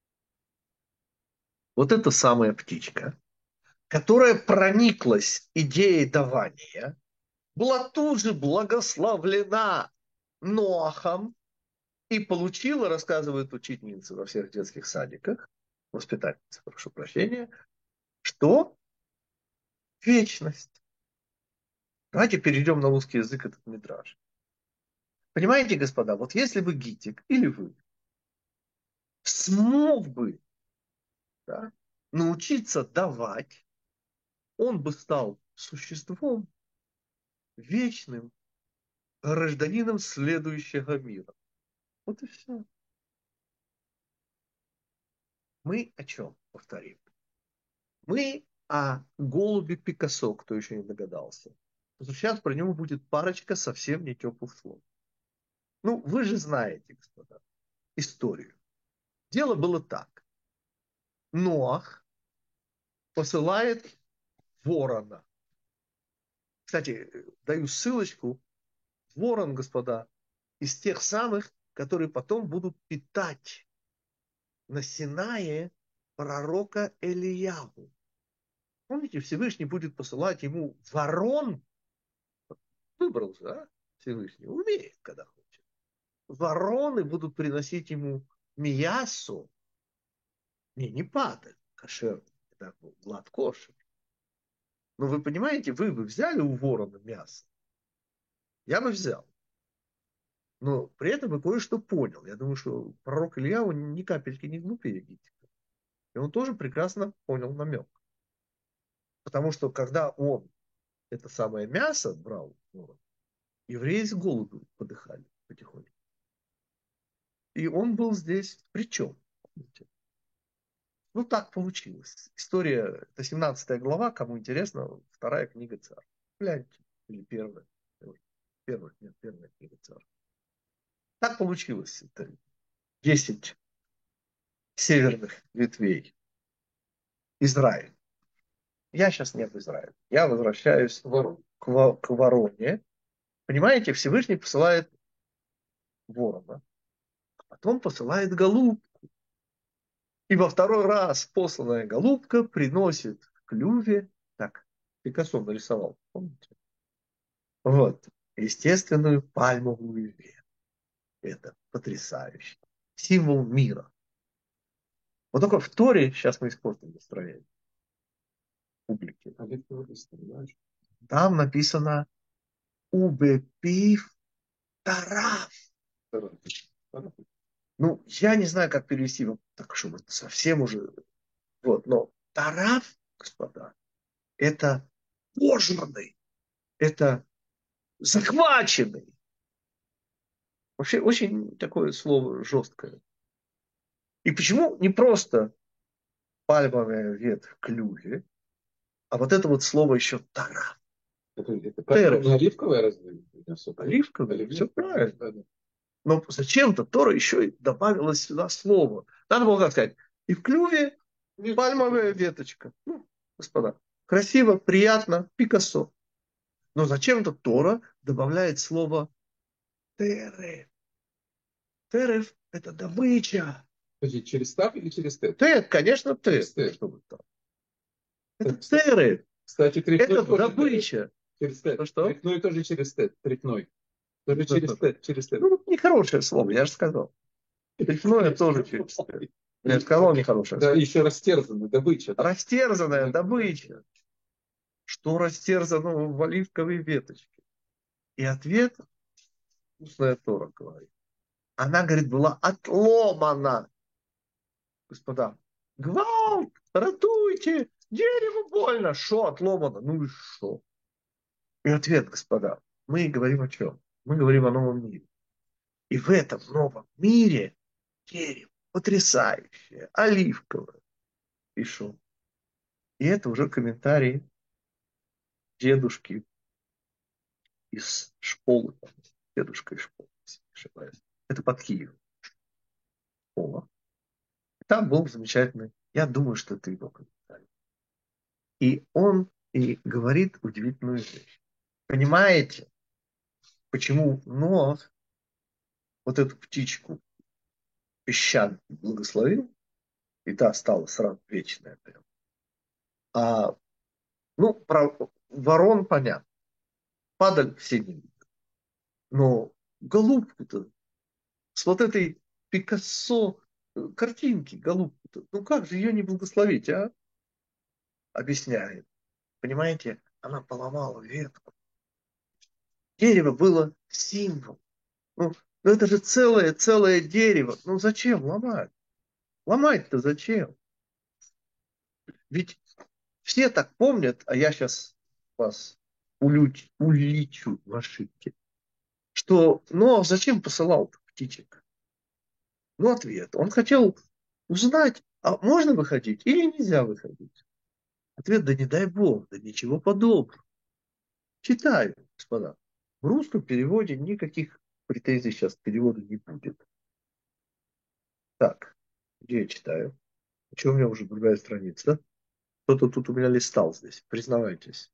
вот эта самая птичка, которая прониклась идеей давания, была тут же благословлена Ноахом и получила, рассказывает учительница во всех детских садиках, воспитательница, прошу прощения, что вечность. Давайте перейдем на русский язык этот мидраж. Понимаете, господа, вот если бы Гитик или вы смог бы, да, научиться давать, он бы стал существом вечным, гражданином следующего мира. Вот и все. Мы о чем повторим? Мы о голубе Пикассо, кто еще не догадался. Сейчас про него будет парочка совсем не теплых слов. Ну, вы же знаете, господа, историю. Дело было так. Ноах посылает ворона. Кстати, даю ссылочку. Ворон, господа, из тех самых, которые потом будут питать на Синае пророка Элиягу. Помните, Всевышний будет посылать ему ворон. Выбрал же, а? Всевышний. Умеет, когда хочет. Вороны будут приносить ему миясу. Не падаль, кошер. Это был глад кошер. Но вы понимаете, вы бы взяли у ворона мясо. Я бы взял. Но при этом и кое-что понял. Я думаю, что пророк Илья, он ни капельки не глупее Гитика. И он тоже прекрасно понял намек. Потому что когда он это самое мясо брал, евреи с голоду подыхали потихоньку. И он был здесь при чем? Ну, так получилось. История, это 17 глава, кому интересно, вторая книга Царств. Гляньте. Или первая. Первая книга Царств. Так получилось. Это 10 северных ветвей. Израиль. Я сейчас не в Израиле. Я возвращаюсь к вороне. Понимаете, Всевышний посылает ворона, а потом посылает голубку. И во второй раз посланная голубка приносит в клюве, так, Пикассо нарисовал, помните? Вот, естественную пальмовую ветвь. Это потрясающе. Символ мира. Вот только в Торе, сейчас мы испортим настроение публики. Там написано «Убепив тараф». Ну, я не знаю, как перевести, вот так, чтобы совсем уже... Вот, но тараф, господа, это пожранный, это захваченный. Вообще очень такое слово жесткое. И почему не просто пальмовая ветвь в клюве, а вот это вот слово еще тараф. Это Тереф. не оливковое разве? Оливковое, все правильно. Да, да. Но зачем-то Тора еще и добавила сюда слово. Надо было как сказать, и в клюве пальмовая веточка. Ну, господа, красиво, приятно, Пикассо. Но зачем-то Тора добавляет слово тереф. Тереф – это добыча. Подожди, через тап или через тет? Тет, конечно, Через тет. тет. Что вы там? Это тереф. Кстати, трефной Это тоже добыча. через тет. Что? Трефной тоже через тет. Трефной. Тоже через тет. Через тет. Ну, нехорошее слово, я же сказал. Трефное тоже через тет. Я же сказал нехорошее Да, слово. еще растерзанная добыча. Да. Растерзанная добыча. Что растерзано в оливковой веточке? И ответ устная Тора говорит. Она, говорит, была отломана. Господа, гвалт, ратуйте, дереву больно. Что отломано? Ну и что? И ответ, господа, мы говорим о чем? Мы говорим о новом мире. И в этом новом мире дерево потрясающее, оливковое. И что? И это уже комментарии дедушки из школы. Дедушка из школы, если не ошибаюсь. Это под Киевом. Школа. Там был замечательный, я думаю, что это его комментарий. И он и говорит удивительную вещь. Понимаете, почему Ноах вот эту птичку песчаную благословил, и та стала сразу вечная прям. А, ну, про ворон понятно. Падаль все не видят. Но голубку-то с вот этой Пикассо картинки, голубку-то, ну как же ее не благословить, а? Объясняет. Понимаете, она поломала ветку. Дерево было символ. Ну это же целое дерево. Ну зачем ломать? Ломать-то зачем? Ведь все так помнят, а я сейчас вас уличу в ошибке, что Ноах зачем посылал птичек? Ну, ответ. Он хотел узнать, а можно выходить или нельзя выходить? Ответ, да не дай бог, да ничего подобного. Читаю, господа. В русском переводе никаких претензий сейчас к переводу не будет. Так, где я читаю? Что у меня уже другая страница? Кто-то тут у меня листал здесь, признавайтесь.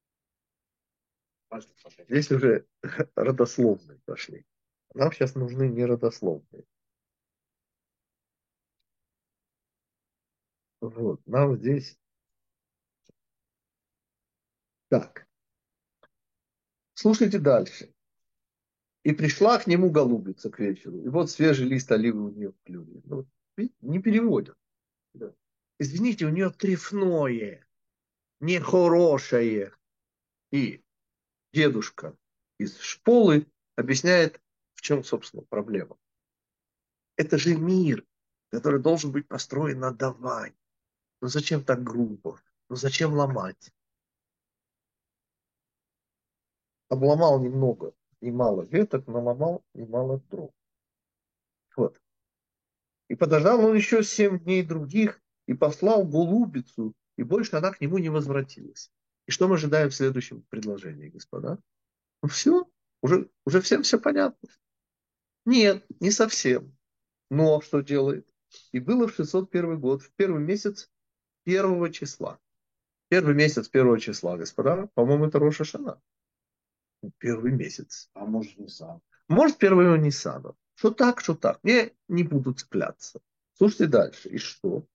Здесь уже родословные пошли. Нам сейчас нужны не родословные. Вот, нам здесь... Так, слушайте дальше. И пришла к нему голубица к вечеру. И вот свежий лист оливы у нее в клюве. Ну, видите, не переводят. Да. Извините, у нее трефное, нехорошее. И дедушка из школы объясняет, в чем, собственно, проблема. Это же мир, который должен быть построен на давании. Ну зачем так грубо? Ну зачем ломать? Обломал немало веток, но ломал немало дров. Вот. И подождал он еще 7 дней других и послал голубицу, и больше она к нему не возвратилась. И что мы ожидаем в следующем предложении, господа? Ну все, уже всем все понятно. Нет, не совсем. Но что делает? И было в 601 год, в первый месяц первого числа. Первый месяц первого числа, господа, по-моему, это Рош ха-Шана. Первый месяц. А может, не сам. Может, первого Ниссана. Что так, что так. Не, не буду цепляться. Слушайте дальше. И что?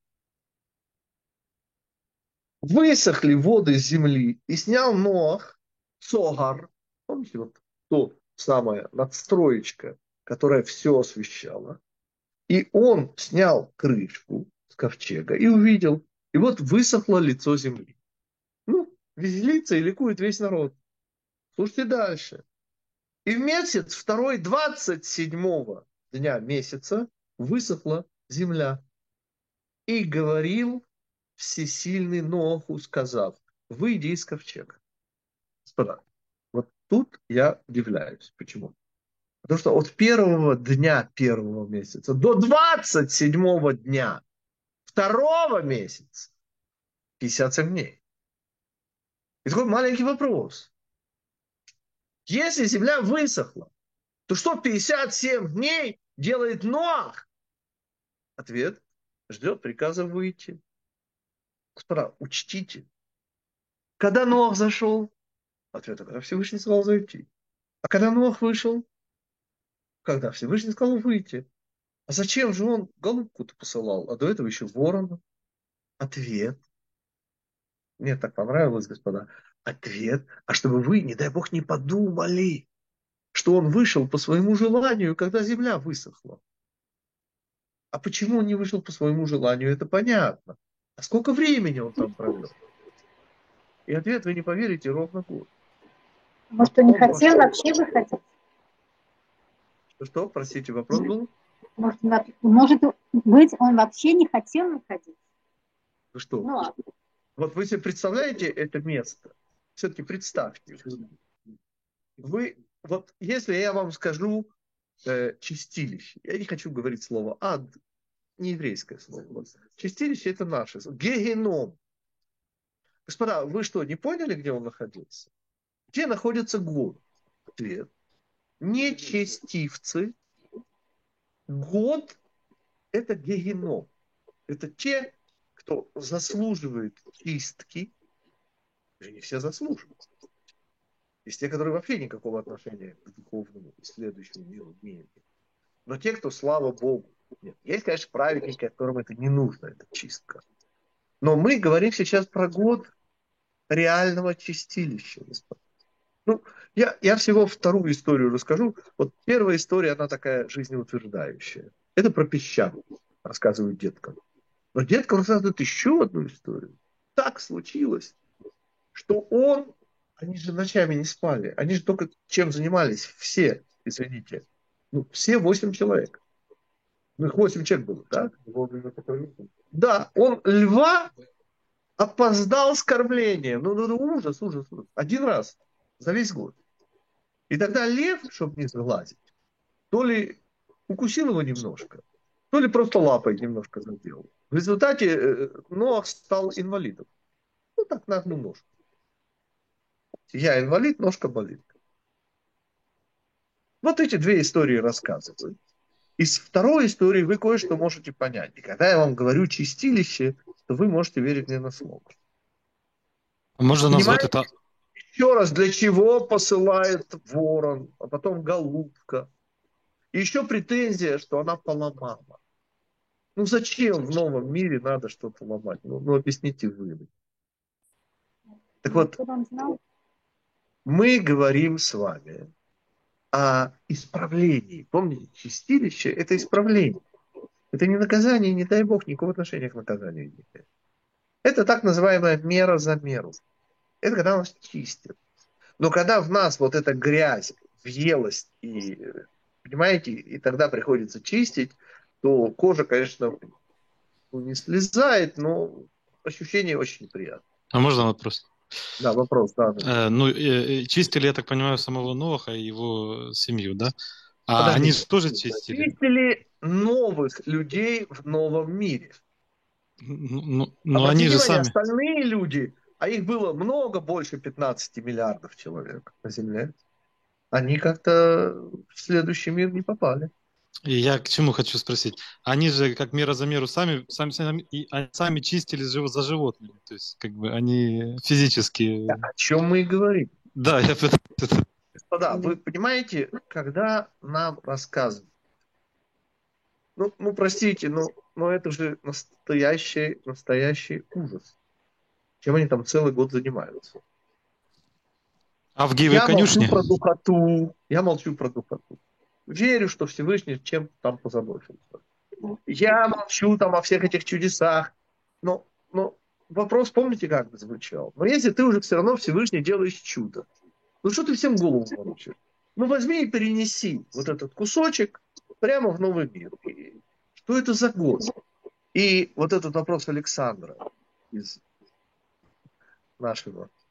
Высохли воды земли, и снял Ноах Цогар. Помните, вот то самая надстроечка, которая все освещала. И он снял крышку с ковчега и увидел. И вот высохло лицо земли. Ну, веселится и ликует весь народ. Слушайте дальше. И в месяц второй 27-го дня месяца высохла земля. И говорил всесильный Ноаху, сказав: выйди из ковчега. Господа, вот тут я удивляюсь. Почему? Потому что от первого дня первого месяца до 27-го дня второго месяца 57 дней. И такой маленький вопрос. Если земля высохла, то что 57 дней делает Ноах? Ответ: ждет приказа выйти. Господа, учтите. Когда Ноах зашел? Ответ: когда Всевышний сказал зайти. А когда Ноах вышел? Когда Всевышний сказал выйти. А зачем же он голубку-то посылал? А до этого еще ворона. Ответ. Мне так понравилось, господа. Ответ. А чтобы вы, не дай Бог, не подумали, что он вышел по своему желанию, когда земля высохла. А почему он не вышел по своему желанию, это понятно. А сколько времени он там провел? И ответ, вы не поверите, ровно год. Может, он не Он хотел пошел. вообще выходить? Что? Простите, вопрос был? Может быть, он вообще не хотел выходить? Вы что? Ну, а Вот вы себе представляете это место? Все-таки представьте. Вы, вот если я вам скажу чистилище, я не хочу говорить слово ад, не еврейское слово. Вот. Чистилище — это наше. Гегеном. Господа, вы что, не поняли, где он находился? Где находится год? Ответ. Нечестивцы. Год — это гегеном. Это те, кто заслуживает чистки. Же не все заслуживают. Есть те, которые вообще никакого отношения к духовному и следующему миру не имеют. Но те, кто, слава Богу, нет. Есть, конечно, праведники, которым это не нужно, это чистка. Но мы говорим сейчас про год реального чистилища. Ну, я всего вторую историю расскажу. Вот первая история, она такая жизнеутверждающая. Это про песчанку, рассказывают деткам. Но деткам рассказывают еще одну историю. Так случилось, что они же ночами не спали, они же только чем занимались, все, извините, все 8 человек. Ну, их 8 человек было, да? Да, он льва опоздал с кормлением. Ну, ужас. Один раз за весь год. И тогда лев, чтобы не сглазить, то ли укусил его немножко, то ли просто лапой немножко задел. В результате Ноах стал инвалидом. Ну, так, на одну ножку. Я инвалид, ножка болит. Вот эти две истории рассказываю. Из второй истории вы кое-что можете понять. И когда я вам говорю чистилище, то вы можете верить мне на слово. Можно назвать это... Еще раз, для чего посылает ворон, а потом голубка? И еще претензия, что она поломала. Ну зачем в новом мире надо что-то ломать? Ну объясните вы. Так вот, мы говорим с вами о исправлении. Помните, чистилище — это исправление. Это не наказание, не дай Бог, никакого отношения к наказанию не имеет. Это так называемая мера за меру. Это когда нас чистят. Но когда в нас вот эта грязь, въелость, и, понимаете, и тогда приходится чистить, то кожа, конечно, не слезает, но ощущение очень неприятное. А можно вопрос? Да, вопрос, да. Чистили, я так понимаю, самого Ноаха и его семью, да? А Подождите. они же тоже чистили? Чистили новых людей в новом мире. Но они же сами... остальные люди, а их было много больше 15 миллиардов человек на Земле, они как-то в следующий мир не попали. И я к чему хочу спросить? Они же как мера за меру сами чистили за животными. То есть как бы они физически... О чем мы и говорим. Да, я... Господа, вы понимаете, когда нам рассказывают, простите, но это же настоящий ужас. Чем они там целый год занимаются? А в Гиве конюшне? Я молчу про духоту. Верю, что Всевышний чем-то там позаботился. Я молчу там о всех этих чудесах. Но вопрос, помните, как звучал? Но если ты уже все равно Всевышний делаешь чудо, ну что ты всем голову морочишь? Ну возьми и перенеси вот этот кусочек прямо в новый мир. И Что это за год? И вот этот вопрос Александра из нашего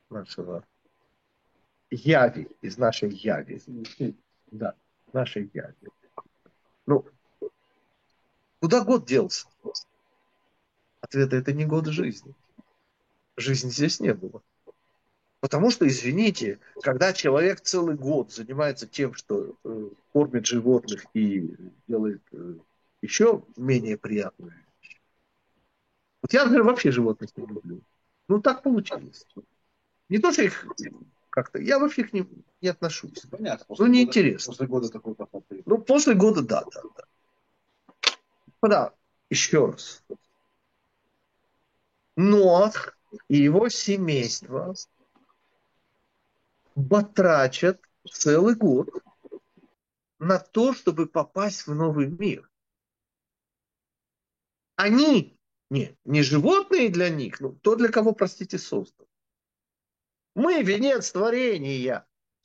яви, из нашей яви. Да, нашей яви. Ну, куда год делся? Ответ – это не год жизни. Жизни здесь не было. Потому что, извините, когда человек целый год занимается тем, что кормит животных и делает еще менее приятную вещь. Вот я, например, вообще животных не люблю. Ну, так получилось. Не то, что их как-то... Я вообще к ним не отношусь. Понятно. Ну, неинтересно. После года такой подход. Ну, после года, да. Господа, еще раз. Ноах и его семейство батрачат целый год на то, чтобы попасть в новый мир. Они, не животные для них, но то, для кого, простите, создан. Мы венец творения.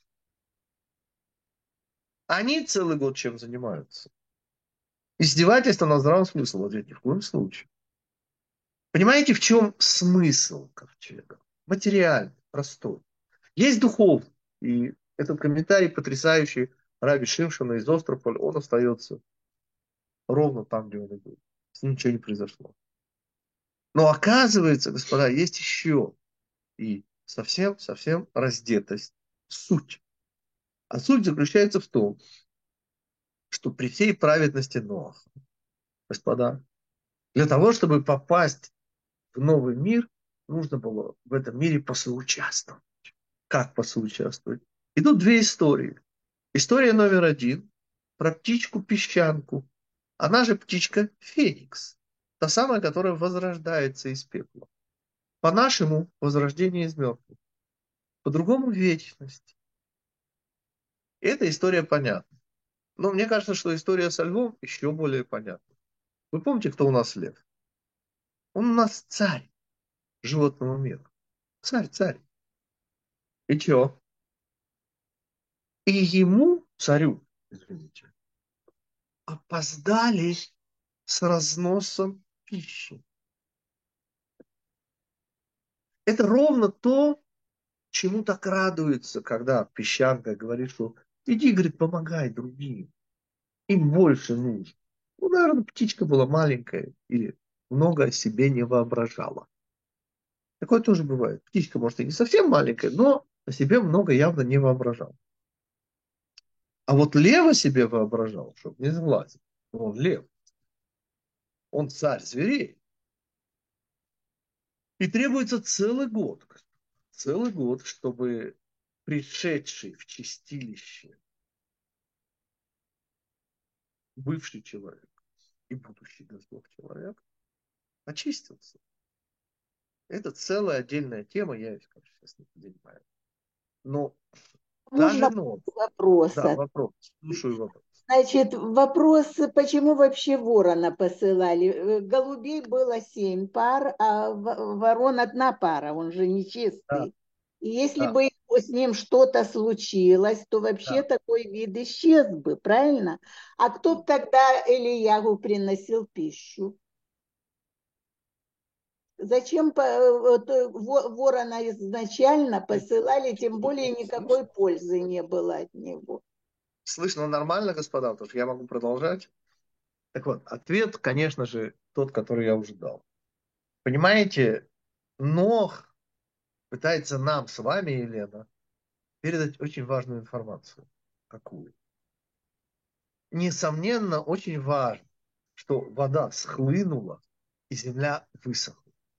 Они целый год чем занимаются? Издевательство над здравым смыслом. Вот ни в коем случае. Понимаете, в чем смысл ковчега? Материальный, простой. Есть духовный. И этот комментарий потрясающий Раби Шимшона из Острополя, он остается ровно там, где он и был. С ним ничего не произошло. Но оказывается, господа, есть еще и совсем раздетость, суть. А суть заключается в том, что при всей праведности Ноаха, господа, для того, чтобы попасть в новый мир, нужно было в этом мире посоучаствовать. Как посоучаствовать? Идут две истории. История номер 1 про птичку-песчанку. Она же птичка Феникс. Та самая, которая возрождается из пепла. По-нашему, возрождение из мертвых. По-другому, вечность. Эта история понятна. Но мне кажется, что история со львом еще более понятна. Вы помните, кто у нас лев? Он у нас царь животного мира. Царь. И чё? И ему, царю, извините, опоздали с разносом пищи. Это ровно то, чему так радуется, когда песчанка говорит, что иди, говорит, помогай другим. Им больше нужно. Ну, наверное, птичка была маленькая или много о себе не воображала. Такое тоже бывает. Птичка, может, и не совсем маленькая, но о себе много явно не воображала. А вот лев о себе воображал, чтобы не сглазить. Он лев. Он царь зверей. И требуется целый год, чтобы пришедший в чистилище бывший человек и будущий Господь человек очистился. Это целая отдельная тема, я ее, конечно, сейчас не понимаю. Но даже Можно ночь. вопрос? Да, вопрос. Слушаю вопрос. Значит, вопрос, почему вообще ворона посылали? Голубей было 7 пар, а ворон 1 пара, он же нечистый. Да. И если Да. бы с ним что-то случилось, то вообще Да. такой вид исчез бы, правильно? А кто б тогда Элиягу приносил пищу? Зачем ворона изначально посылали, тем более никакой пользы не было от него? Слышно нормально, господа? Потому что я могу продолжать. Так вот, ответ, конечно же, тот, который я уже дал. Понимаете, Нох пытается нам с вами, Елена, передать очень важную информацию. Какую? Несомненно, очень важно, что вода схлынула и земля высохла.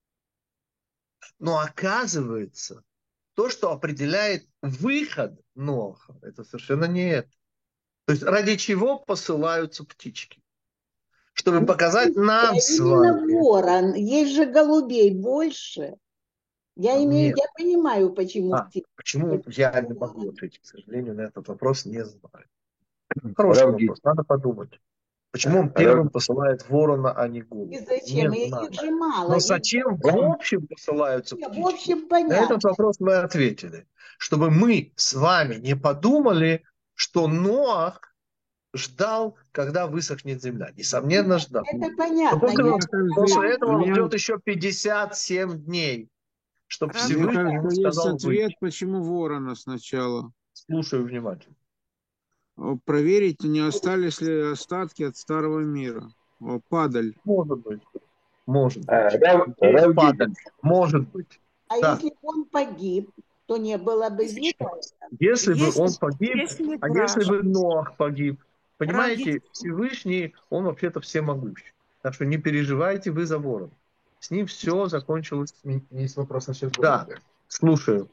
Но оказывается, то, что определяет выход Ноха, это совершенно не это. То есть ради чего посылаются птички? Чтобы показать нам с Именно вами. ворон. Есть же голубей больше. Я понимаю, почему. Почему я не могу ответить, к сожалению, на этот вопрос не знаю. Хороший вопрос, надо подумать. Почему он первым посылает ворона, а не голубя? И зачем? Их же мало. Но зачем в общем посылаются птички? В общем, На понятно. этот вопрос мы ответили. Чтобы мы с вами не подумали, что Ноах ждал, когда высохнет земля. Несомненно, ждал. Это Но понятно. после этого у меня, ждет еще 57 дней, чтобы мне Всевышний ему кажется, есть сказал ответ, выйти. почему ворона сначала. Слушаю внимательно. Проверить, не остались ли остатки от старого мира. Падаль. Может быть. Может быть. Рав Есть Гидин, падаль. Может быть. А Да. если бы он погиб, то не было бы видно. Если бы Если, он погиб, если а если Раш, бы Ноах погиб, Рав понимаете, Гидин, Всевышний, он вообще-то всемогущий. Так что не переживайте вы за ворон. С ним все закончилось. Есть вопрос насчет Да, голубя. слушаю.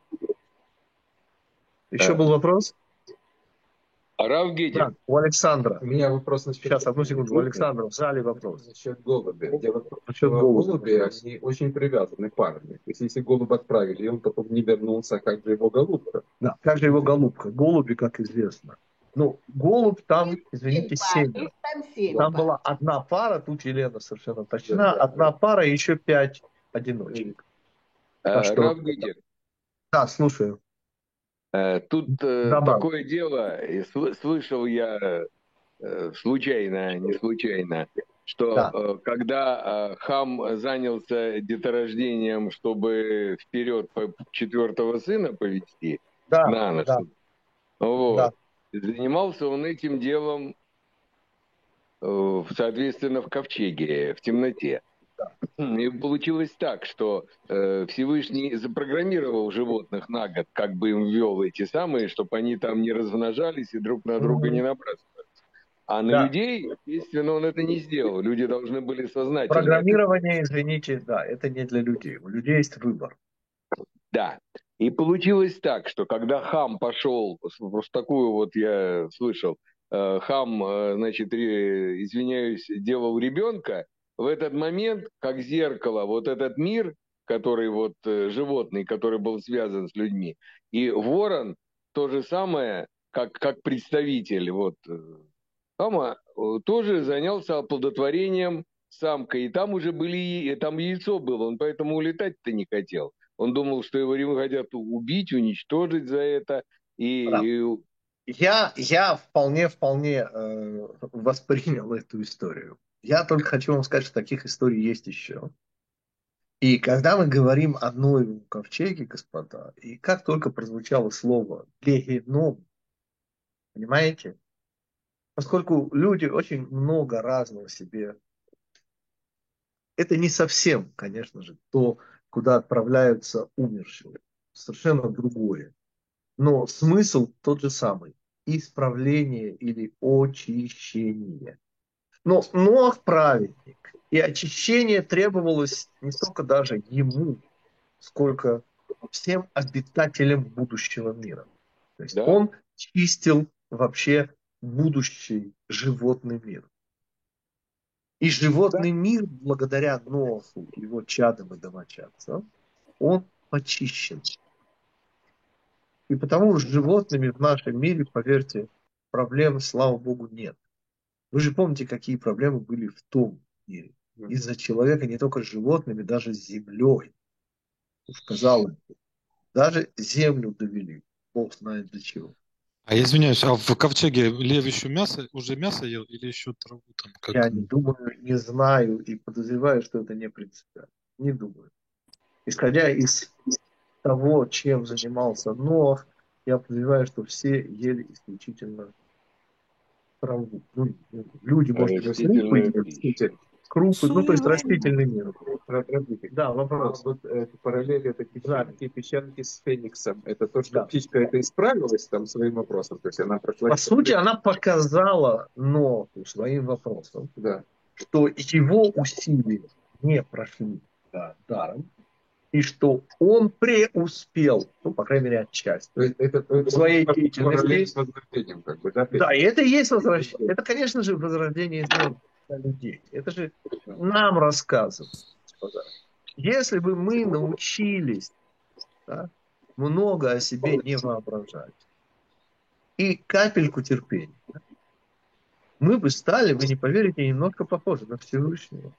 Еще э, был вопрос? Рав Да, Гидин, у Александра. У меня вопрос насчет Сейчас, одну секунду. У Александра в зале вопрос. насчет голубя. Дело в том, Насчет что голубя голуби, вопрос. они очень привязаны парами. То есть, если голубь отправили, и он потом не вернулся, как же его голубка? Да, как же его голубка? Голуби, как известно. Ну, голубь там, извините, 7 пар, 7. их там 7 Там пар. была одна пара, тут Елена совершенно точна, Да, да. одна пара и еще 5 одиночек. Так что, Рав Гидин, да, слушаю. тут Добавь. такое дело, и слышал я случайно, а не случайно, что Да, когда Хам занялся деторождением, чтобы вперед четвертого сына повести да, на нос, да, вот, да. занимался он этим делом, соответственно, в ковчеге, в темноте. И получилось так, что Всевышний запрограммировал животных на год, как бы им ввел эти самые, чтобы они там не размножались и друг на друга не набрасывались. А на Да. людей, естественно, он это не сделал. Люди должны были сознательно... Программирование, извините, да, это не для людей. У людей есть выбор. Да. И получилось так, что когда Хам пошел, просто такую вот я слышал, Хам, значит, извиняюсь, делал ребенка, в этот момент, как зеркало, вот этот мир, который вот животный, который был связан с людьми, и ворон то же самое, как представитель вот Хама, тоже занялся оплодотворением самкой, и там уже были, там яйцо было, он поэтому улетать-то не хотел. Он думал, что его хотят убить, уничтожить за это. И... Я вполне воспринял эту историю. Я только хочу вам сказать, что таких историй есть еще. И когда мы говорим о Ноевом ковчеге, господа, и как только прозвучало слово «геном», понимаете? Поскольку люди очень много разного себе... Это не совсем, конечно же, то, куда отправляются умершие. Совершенно другое. Но смысл тот же самый. Исправление или очищение. Но Ноах праведник. И очищение требовалось не столько даже ему, сколько всем обитателям будущего мира. То есть он чистил вообще будущий животный мир. И животный мир, благодаря Ноаху, его чадам и домочадцам, он почищен. И потому с животными в нашем мире, поверьте, проблем, слава богу, нет. Вы же помните, какие проблемы были в том мире. Из-за человека не только с животными, даже с землей. Уж казалось бы, даже землю довели. Бог знает для чего. А я извиняюсь, а в ковчеге лев еще уже мясо ел или еще траву там как? Я не думаю, не знаю и подозреваю, что это не принципиально. Не думаю. Исходя из того, чем занимался Ноах, я подозреваю, что все ели исключительно траву. Ну, люди, может, крупы едят, крупы, ну, то есть растительный мир. Да, вопрос. Вот параллель это песчанки с Фениксом. Это то, что птичка это исправилась там своим вопросом. То есть она прошла... По сути, она показала Ноаху своим вопросом, что его усилия не прошли даром, и что он преуспел, ну, по крайней мере, отчасти, в своей деятельности. С возрождением, как бы, да? Да, и это и есть возрождение. Это, конечно же, возрождение людей. Это же нам рассказывают, господа. Если бы мы научились много о себе не воображать и капельку терпения, мы бы стали, вы не поверите, немножко похожи на Всевышнего.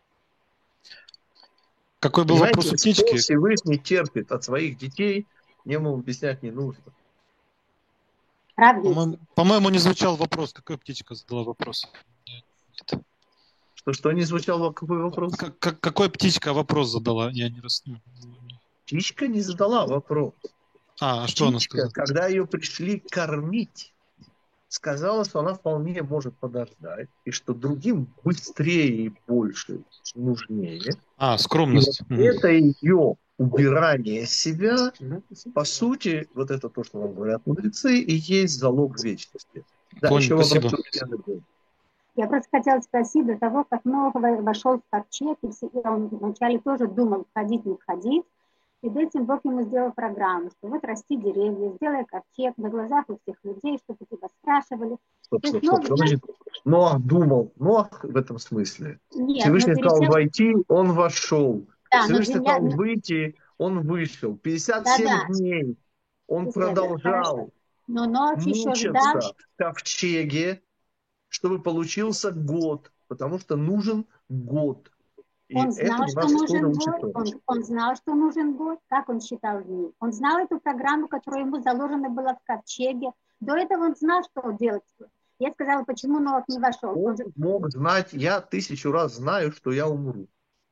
Какой был вопрос у птички? Всевышний терпит от своих детей, ему объяснять не нужно. Рав Гитик. По-моему, не звучал вопрос. Какая птичка задала вопрос? Нет. Что не звучал какой вопрос? Какой птичка вопрос задала? Я не раз... Птичка не задала вопрос. А что она Птичка, сказала? когда ее пришли кормить, сказала, что она вполне может подождать, и что другим быстрее и больше нужнее. Скромность. И вот это ее убирание себя, по сути, вот это то, что нам говорят мудрецы, и есть залог вечности. Да, Понял, еще спасибо. вопрос. Я просто хотела спросить, до того, как Ноах вошел в ковчег, и он вначале тоже думал, входить, не входить, перед этим Бог ему сделал программу, что вот расти деревья, сделай ковчег на глазах у всех людей, чтобы тебя спрашивали. Значит, Ноах думал, Ноах в этом смысле. Нет, Всевышний сказал войти, он вошел. Да, Всевышний сказал выйти, он вышел. 57 дней он продолжал мучиться в ковчеге, чтобы получился год, потому что нужен год. И он знал, что нужен год. Он знал, что нужен год. Как он считал дни? Он знал эту программу, которая ему заложена была в ковчеге. До этого он знал, что делать. Я сказала, почему Ноах не вошел. Он мог знать, я 1000 раз знаю, что я умру.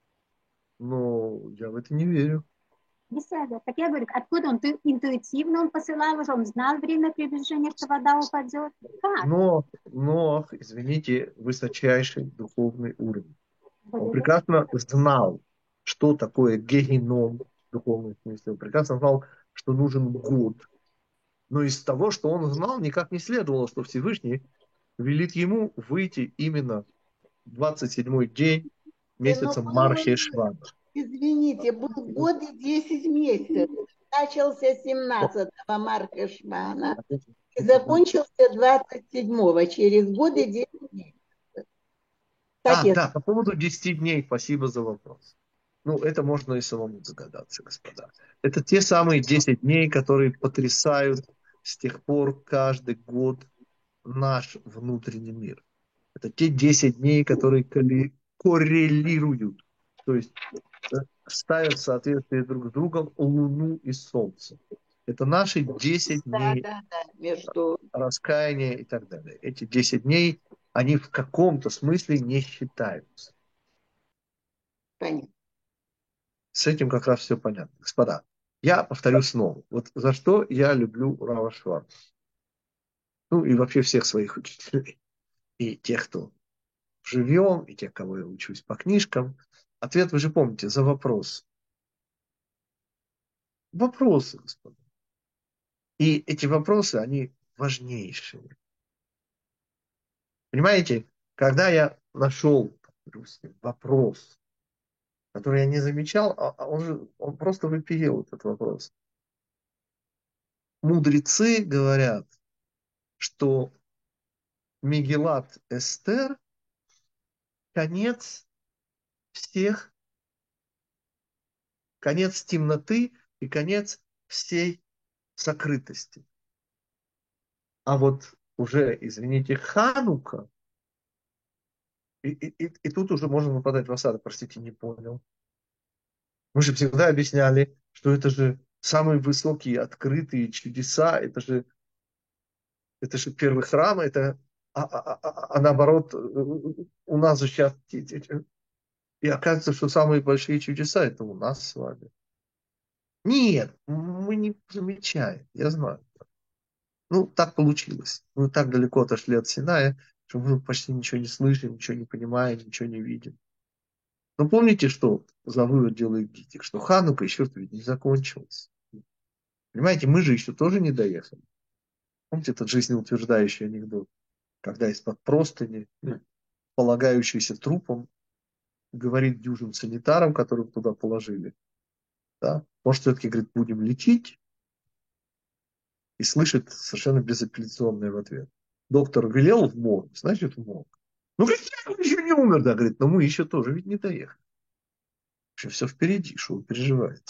Но я в это не верю. Беседа. Так я говорю, откуда он интуитивно он посылал уже, он знал время приближения, что вода упадет. Как? Но, извините, высочайший духовный уровень. Он прекрасно знал, что такое гегеном в духовном смысле. Он прекрасно знал, что нужен год. Но из того, что он знал, никак не следовало, что Всевышний велит ему выйти именно в 27-й день месяца Мар-Хешвана. Извините, был год и 10 месяцев. Начался 17-го Мар-Хешвана и закончился 27-го, через год и 10 месяцев. Да, по поводу 10 дней, спасибо за вопрос. Это можно и самому догадаться, господа. Это те самые 10 дней, которые потрясают с тех пор каждый год наш внутренний мир. Это те 10 дней, которые коррелируют, то есть ставят в соответствие друг с другом Луну и Солнце. Это наши 10 дней между раскаяния и так далее. Эти 10 дней, они в каком-то смысле не считаются. Понятно. С этим как раз все понятно. Господа, я повторю снова. Вот за что я люблю Рава Шварца. И вообще всех своих учителей. И тех, кто живем, и тех, кого я учусь по книжкам. Ответ вы же помните, за вопрос. Вопросы, господа. И эти вопросы, они важнейшие. Понимаете, когда я нашел вопрос, который я не замечал, он просто выпилил этот вопрос. Мудрецы говорят, что Мегилат Эстер – конец всех, конец темноты и конец всей сокрытости. А вот уже, извините, Ханука, и тут уже можно выпадать в осадок, простите, не понял. Мы же всегда объясняли, что это же самые высокие открытые чудеса, это же первый храм, а наоборот, у нас же сейчас, и оказывается, что самые большие чудеса это у нас с вами. Нет, мы не замечаем, я знаю. Так получилось. Мы так далеко отошли от Синая, что мы почти ничего не слышим, ничего не понимаем, ничего не видим. Но помните, что за вывод делает Гитик, что Ханука еще ведь не закончилась. Понимаете, мы же еще тоже не доехали. Помните этот жизнеутверждающий анекдот, когда из-под простыни, полагающийся трупом, говорит дюжим санитарам, которых туда положили, да, может, все-таки, говорит, будем лечить, и слышит совершенно безапелляционный в ответ. Доктор велел в морг, значит, в морг. Говорит, я еще не умер, да, говорит, но мы еще тоже ведь не доехали. Еще все впереди, что вы переживаете.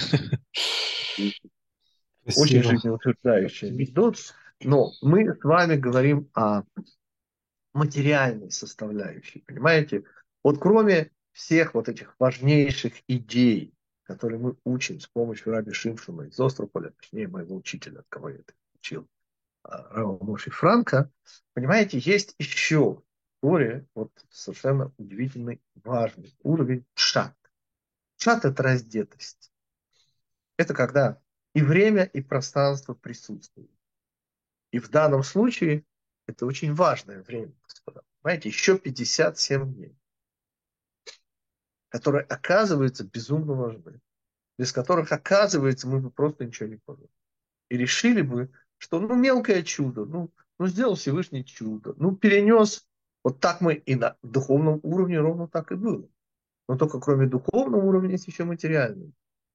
Очень жизнеутверждающий анекдот. Но мы с вами говорим о материальной составляющей, понимаете? Вот кроме всех вот этих важнейших идей, которые мы учим с помощью Раби Шимшона из Острополя, точнее моего учителя, от кого я это учил, Рава Моши Франка, понимаете, есть еще в Торе вот совершенно удивительный, важный уровень пшат. Пшат – это раздетость. Это когда и время, и пространство присутствуют. И в данном случае это очень важное время, господа. Понимаете, еще 57 дней, которые оказываются безумно важны, без которых, оказывается, мы бы просто ничего не поняли. И решили бы, что мелкое чудо, сделал Всевышний чудо, перенес. Вот так мы и на духовном уровне ровно так и было. Но только кроме духовного уровня есть еще материальный.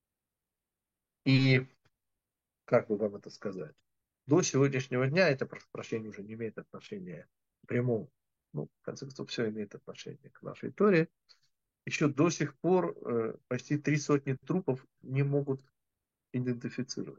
И, как бы вам это сказать, до сегодняшнего дня это, прошу прощения, уже не имеет отношения прямого. В конце концов, все имеет отношение к нашей Торе. Еще до сих пор почти 300 трупов не могут идентифицировать.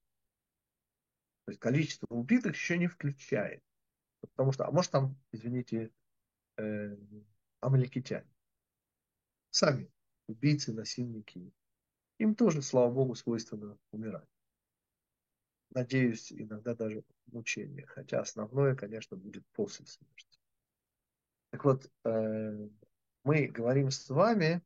То есть количество убитых еще не включает. Потому что, а может там, извините, амаликитяне. Сами убийцы, насильники. Им тоже, слава Богу, свойственно умирать. Надеюсь, иногда даже мучение. Хотя основное, конечно, будет после смерти. Так вот, мы говорим с вами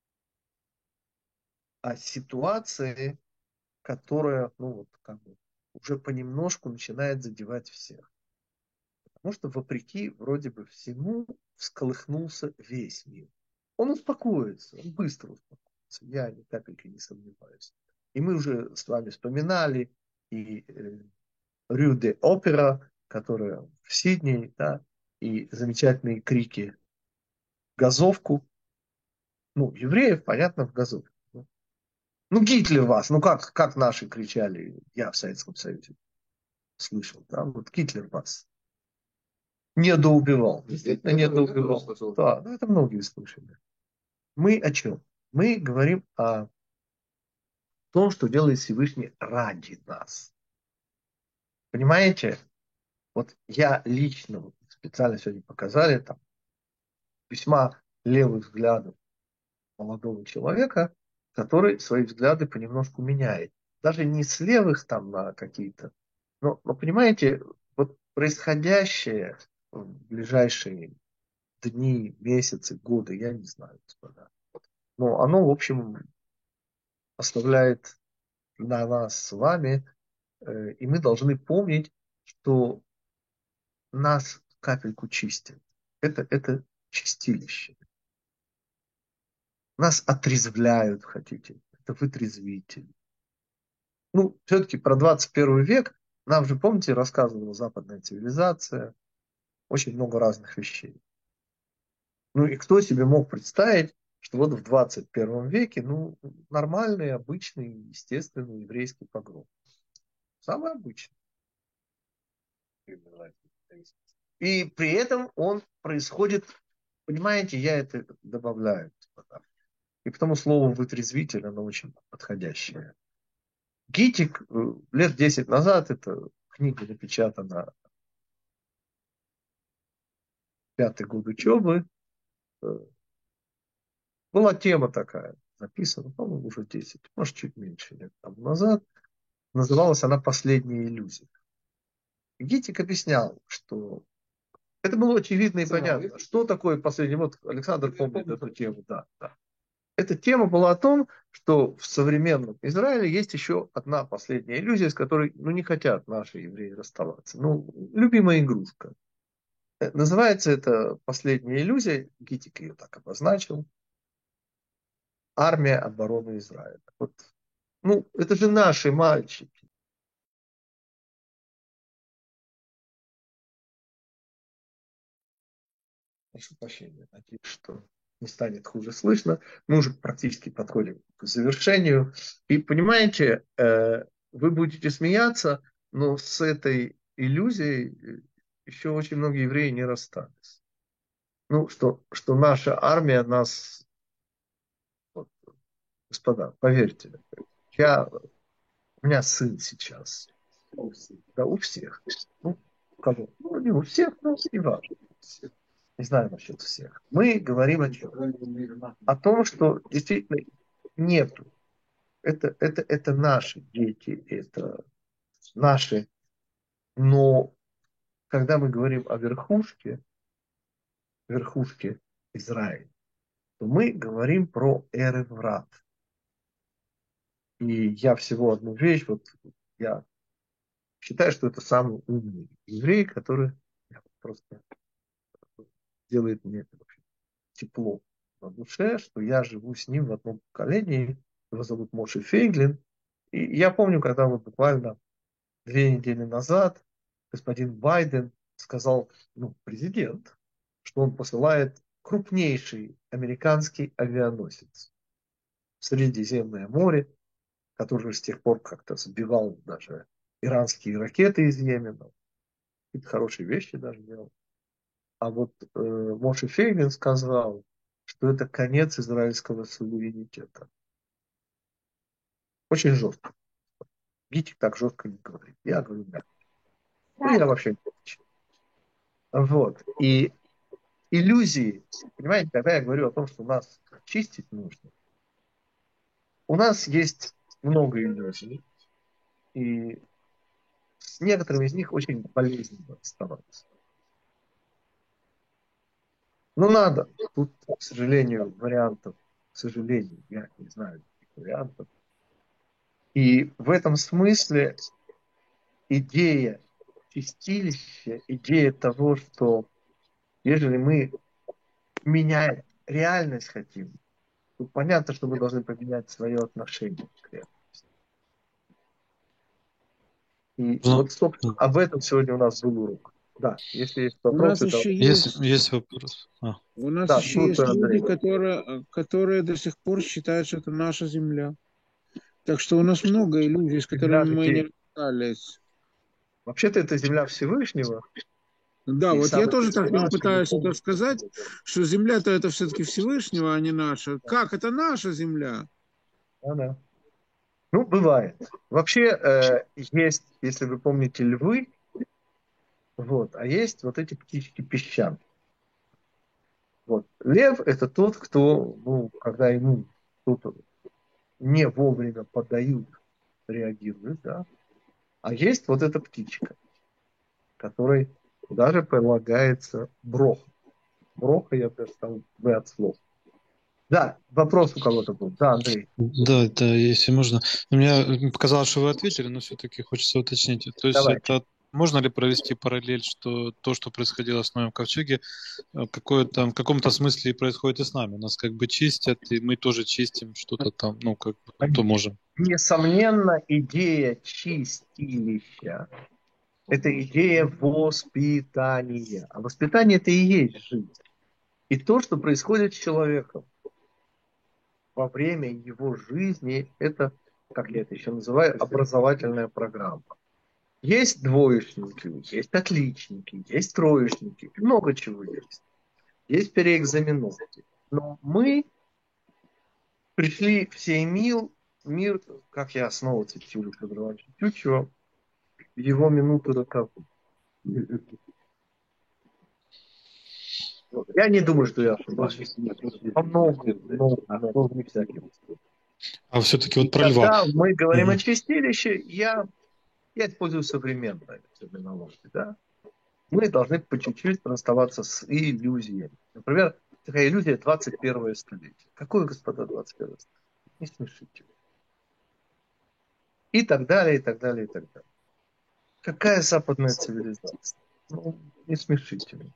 о ситуации, которая, уже понемножку начинает задевать всех. Потому что, вопреки вроде бы всему, всколыхнулся весь мир. Он успокоится, он быстро успокоится. Я ни капельки не сомневаюсь. И мы уже с вами вспоминали и Рю де Опера, которая в Сиднее, да, и замечательные крики «Газовку». Евреев, понятно, в газовку. Гитлер вас, как наши кричали, я в Советском Союзе слышал, да, вот Гитлер вас недоубивал. Действительно, недоубивал. Да, это многие слышали. Мы о чем? Мы говорим о том, что делает Всевышний ради нас. Понимаете? Вот я лично, специально сегодня показали, там, весьма левых взглядов молодого человека, который свои взгляды понемножку меняет. Даже не с левых там на какие-то, но понимаете, вот происходящее в ближайшие дни, месяцы, годы, я не знаю, господа. Но оно, в общем, оставляет на нас с вами, и мы должны помнить, что нас капельку чистят. Это чистилище. Нас отрезвляют, хотите. Это вытрезвитель. Все-таки про 21 век нам же, помните, рассказывала западная цивилизация, очень много разных вещей. И кто себе мог представить, что вот в 21 веке, нормальный, обычный, естественный еврейский погром. Самый обычный. И при этом он происходит, понимаете, я это добавляю. И потому слово вытрезвитель, оно очень подходящее. Гитик лет 10 назад, эта книга напечатана 5-й год учебы, была тема такая, написана, по-моему, уже 10, может, чуть меньше лет тому назад. Называлась она «Последняя иллюзия». Гитик объяснял, что это было очевидно и понятно. Что такое последний? Вот Александр помнит эту тему, да. Эта тема была о том, что в современном Израиле есть еще одна последняя иллюзия, с которой не хотят наши евреи расставаться. Любимая игрушка. Называется это последняя иллюзия, Гитик ее так обозначил, армия обороны Израиля. Вот, это же наши мальчики. Прошу прощения, надеюсь, что не станет хуже слышно. Мы уже практически подходим к завершению. И понимаете, вы будете смеяться, но с этой иллюзией еще очень многие евреи не расстались. Что наша армия нас... Вот, господа, поверьте, у меня сын сейчас. Да, у всех. Кого? Не у всех, но не важно. Не знаю насчет всех. Мы говорим о чем? О том, что действительно нету. Это наши дети, это наши Но когда мы говорим о верхушке Израиля, то мы говорим про Эреврат. И я всего одну вещь, вот я считаю, что это самый умный еврей, который просто делает мне вообще тепло на душе, что я живу с ним в одном поколении. Его зовут Моше Фейглин. И я помню, когда вот буквально 2 недели назад господин Байден сказал, президент, что он посылает крупнейший американский авианосец в Средиземное море, который с тех пор как-то сбивал даже иранские ракеты из Йемена. Какие-то хорошие вещи даже делал. А вот Моше Фейгин сказал, что это конец израильского суверенитета. Очень жестко. Гитик так жестко не говорит. Я говорю, да. Я вообще не хочу. Вот. И иллюзии, понимаете, когда я говорю о том, что нас чистить нужно, у нас есть много иллюзий, и с некоторыми из них очень болезненно расставаться. Но надо. Тут, к сожалению, вариантов, к сожалению, я не знаю таких вариантов. И в этом смысле идея чистилища, идея того, что ежели мы менять реальность хотим, то понятно, что мы должны поменять свое отношение к реальности. И вот, собственно, об этом сегодня у нас был урок. Да, если есть У нас вопросы, еще есть вопрос. У нас Да, еще есть слушаю, люди, Андрей. которые до сих пор считают, что это наша земля. Так что у нас много иллюзий, с Земля которыми мы не людей. расстались. Вообще-то это земля Всевышнего. Да, И вот я самый тоже так первый пытаюсь это помнит, сказать, что земля-то это все-таки Всевышнего, а не наша. Как это наша земля? Да. Ну, бывает. Вообще есть, если вы помните, львы, вот, а есть вот эти птички-песчанки. Вот. Лев – это тот, кто, когда ему кто-то не вовремя подают, реагирует, да. А есть вот эта птичка, которой даже полагается броха. Броха, я даже стал бы от слов. Да, вопрос у кого-то был. Да, Андрей. Да, если можно. Мне показалось, что вы ответили, но все-таки хочется уточнить. То есть Давайте. это можно ли провести параллель, что то, что происходило с Ноем ковчеге, в каком-то смысле и происходит и с нами? Нас как бы чистят, и мы тоже чистим что-то там, то можем. Несомненно, идея чистилища – это идея воспитания. А воспитание – это и есть жизнь. И то, что происходит с человеком во время его жизни, это, как я это еще называю, образовательная программа. Есть двоечники, есть отличники, есть троечники, много чего есть. Есть переэкзаменовки. Но мы пришли в сей мир, как я снова цитирую Федора Ивановича Тютчева, его минуту роковую. Я не думаю, что я ошибаюсь. Много не всяких. А все-таки вот про льва. Когда мы говорим о чистилище, я использую современную терминологию. Да? Мы должны по чуть-чуть расставаться с иллюзиями. Например, такая иллюзия 21 столетие. Какое, господа, 21 столетие? Не смешите. И так далее, и так далее, и так далее. Какая западная цивилизация? Не смешите меня.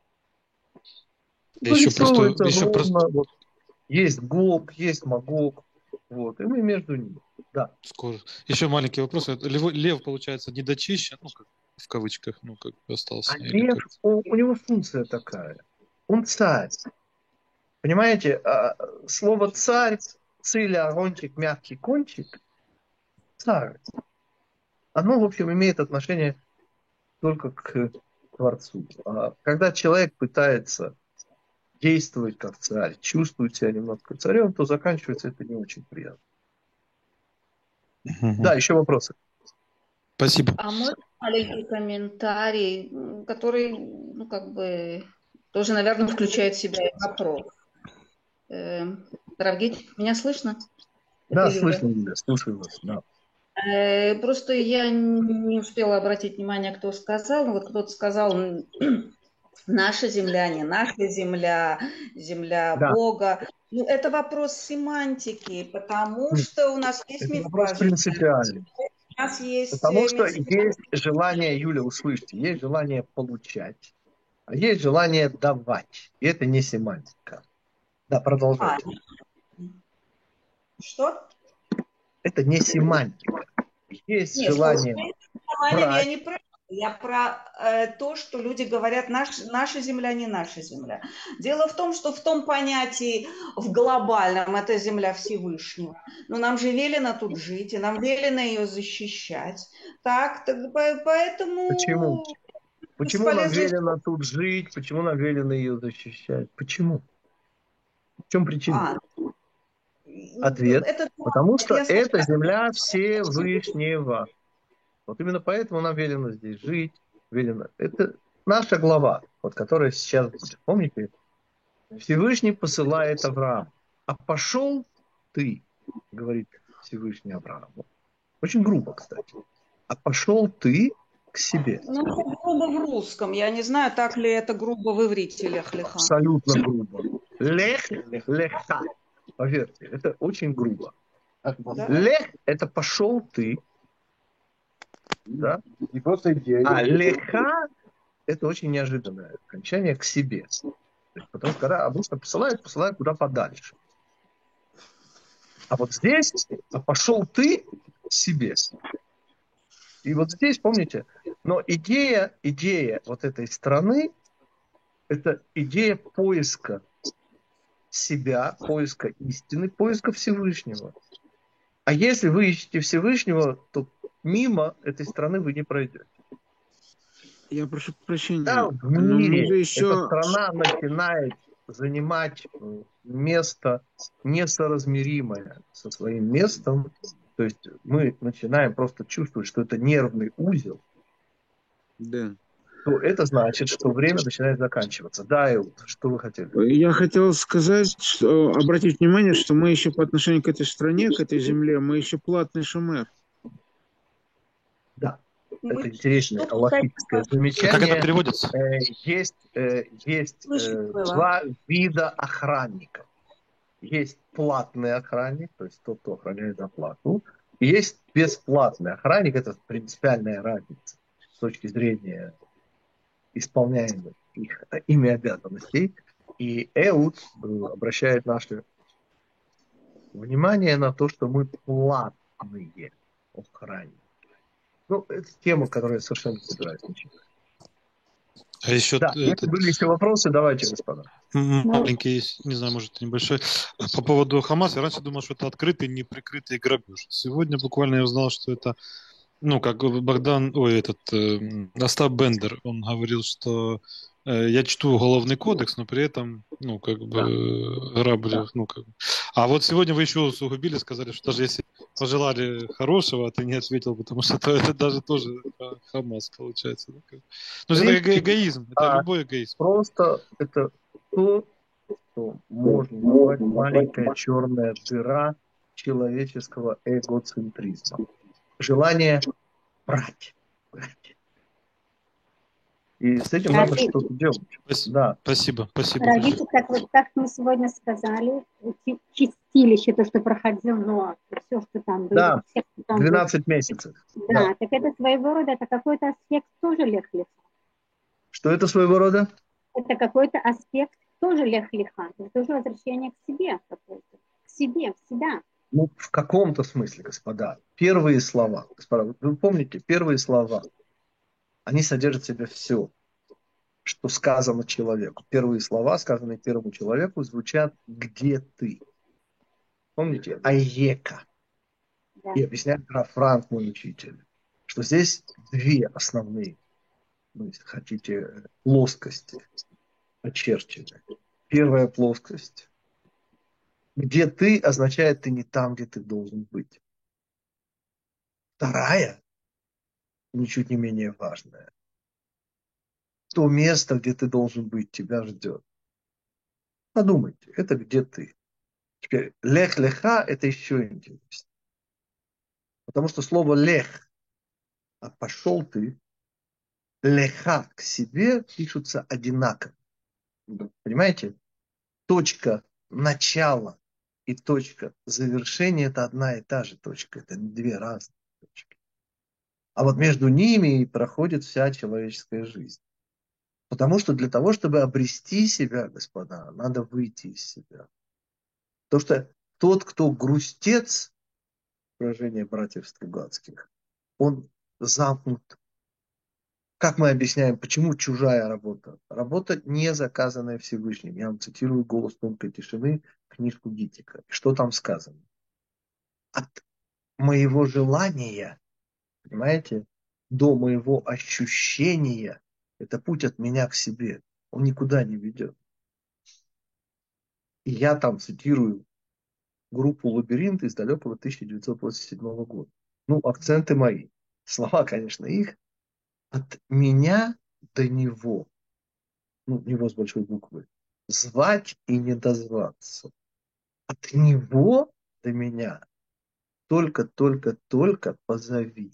Вот. Есть Гог, есть Магог. Вот. И мы между ними. Да. Скоро. Еще маленький вопрос. Лев, получается, недочищен, в кавычках, остался. А лев, у него функция такая. Он царь. Понимаете, слово царь, циля, арончик, мягкий кончик, царь. Оно, в общем, имеет отношение только к Творцу. А когда человек пытается действовать как царь, чувствует себя немножко царем, то заканчивается это не очень приятно. Да, еще вопросы. Спасибо. А мой маленький комментарий, который, тоже, наверное, включает в себя и вопрос. Равгит, меня слышно? Да, слышно, Юля, слушаю вас. Да. Просто я не успела обратить внимание, кто сказал. Ну, вот кто-то сказал, наша земля, не наша земля, земля Да, Бога. Ну, это вопрос семантики, потому что у нас есть это миф вопрос божественности, принципиальный. у нас есть Потому что метафизика. есть желание, Юля, услышьте, есть желание получать, а есть желание давать. И это не семантика. Да, А, продолжайте. что? Это не семантика. Есть Нет, что желание с я брать. не про это. Я про то, что люди говорят, наша земля не наша земля. Дело в том, что в том понятии, в глобальном, это земля Всевышнего. Но нам же велено тут жить, и нам велено ее защищать. Так, Почему? поэтому Почему нам бесполезно. велено тут жить? Почему нам велено ее защищать? Почему? В чем причина? А, Ответ. это Потому что я это случайно. земля Всевышнего. Вот именно поэтому нам велено здесь жить. Велено. Это наша глава, вот, которая сейчас будет. Помните? Всевышний посылает Авраам. А пошел ты, говорит Всевышний Аврааму. Очень грубо, кстати. А пошел ты к себе. Ну, это грубо в русском. Я не знаю, так ли это грубо в иврите, лех-леха. Абсолютно грубо. Леха. Поверьте, это очень грубо. Да? Лех – это пошел ты, да? Не просто идея. А леха – это очень неожиданное окончание к себе. То есть, потому что когда обычно посылают куда подальше. А вот здесь а пошел ты к себе. И вот здесь, помните, но идея вот этой страны – это идея поиска себя, поиска истины, поиска Всевышнего. А если вы ищете Всевышнего, то мимо этой страны вы не пройдете. Я прошу Да, прощения, в но мы мире же эта еще... страна начинает занимать место несоразмеримое со своим местом. То есть мы начинаем просто чувствовать, что это нервный узел, Да. то это значит, что время начинает заканчиваться. Да, Иуд, что вы хотели? Я хотел сказать, что, обратить внимание, что мы еще по отношению к этой стране, к этой земле, мы еще платный шумер. Да, Мы это интересное что аллахическое А как это замечание. переводится? Есть слышать было? два вида охранников. Есть платный охранник, то есть тот, кто охраняет за плату. И есть бесплатный охранник, это принципиальная разница с точки зрения исполняемых ими обязанностей. И Эуд обращает наше внимание на то, что мы платные охранники. Ну, это тема, которую я совершенно не собираюсь начинать. А еще Да, если этот были еще вопросы, давайте, господа. маленький есть, не знаю, может, небольшой. По поводу Хамаса, я раньше думал, что это открытый, неприкрытый грабеж. Сегодня буквально я узнал, что это, ну, как Остап Бендер, он говорил, что я чту уголовный кодекс, но при этом, ну, как бы, грабли, ну, как бы. А вот сегодня вы еще усугубили, сказали, что даже если пожелали хорошего, а ты не ответил, потому что это даже тоже Хамас получается. Да? Ну, это эгоизм, это любой эгоизм. Просто это то, что можно назвать маленькая черная дыра человеческого эгоцентризма. Желание брать. И с этим надо Раввин, что-то делать. Да. Спасибо. Раввин, как мы сегодня сказали, чистилище, то, что проходил Ноах, все, что там было. Да, все, что там 12 месяцев. Да, так это своего рода, это какой-то аспект тоже лех-леха. Что это своего рода? Это какой-то аспект тоже лех-леха. Это тоже возвращение к себе какое-то. К себе, в себя. Ну, в каком-то смысле, господа. Первые слова. Господа, вы помните, первые слова, они содержат в себе все, что сказано человеку. Первые слова, сказанные первому человеку, звучат «где ты?». Помните? Айека. Да. И объясняет Франк, мой учитель, что здесь две основные, ну, если хотите, плоскости очерчены. Первая плоскость. Где ты означает, ты не там, где ты должен быть. Вторая, ничуть не менее важная. То место, где ты должен быть, тебя ждет. Подумайте, это где ты. Теперь лех-леха – это еще интереснее. Потому что слово лех, а пошел ты, леха к себе пишутся одинаково. Понимаете? Точка начала и точка завершения – это одна и та же точка. Это не две разные точки. А вот между ними и проходит вся человеческая жизнь. Потому что для того, чтобы обрести себя, господа, надо выйти из себя. Потому что тот, кто грустец, выражение братьев Стругацких, он замкнут. Как мы объясняем, почему чужая работа? Работа, не заказанная Всевышним. Я вам цитирую «Голос тонкой тишины», книжку Гитика. Что там сказано? От моего желания, понимаете, до моего ощущения, это путь от меня к себе. Он никуда не ведет. И я там цитирую группу «Лабиринт» из далекого 1987 года. Ну, акценты мои. Слова, конечно, их. От меня до него. Ну, него с большой буквы. Звать и не дозваться. От него до меня только позови.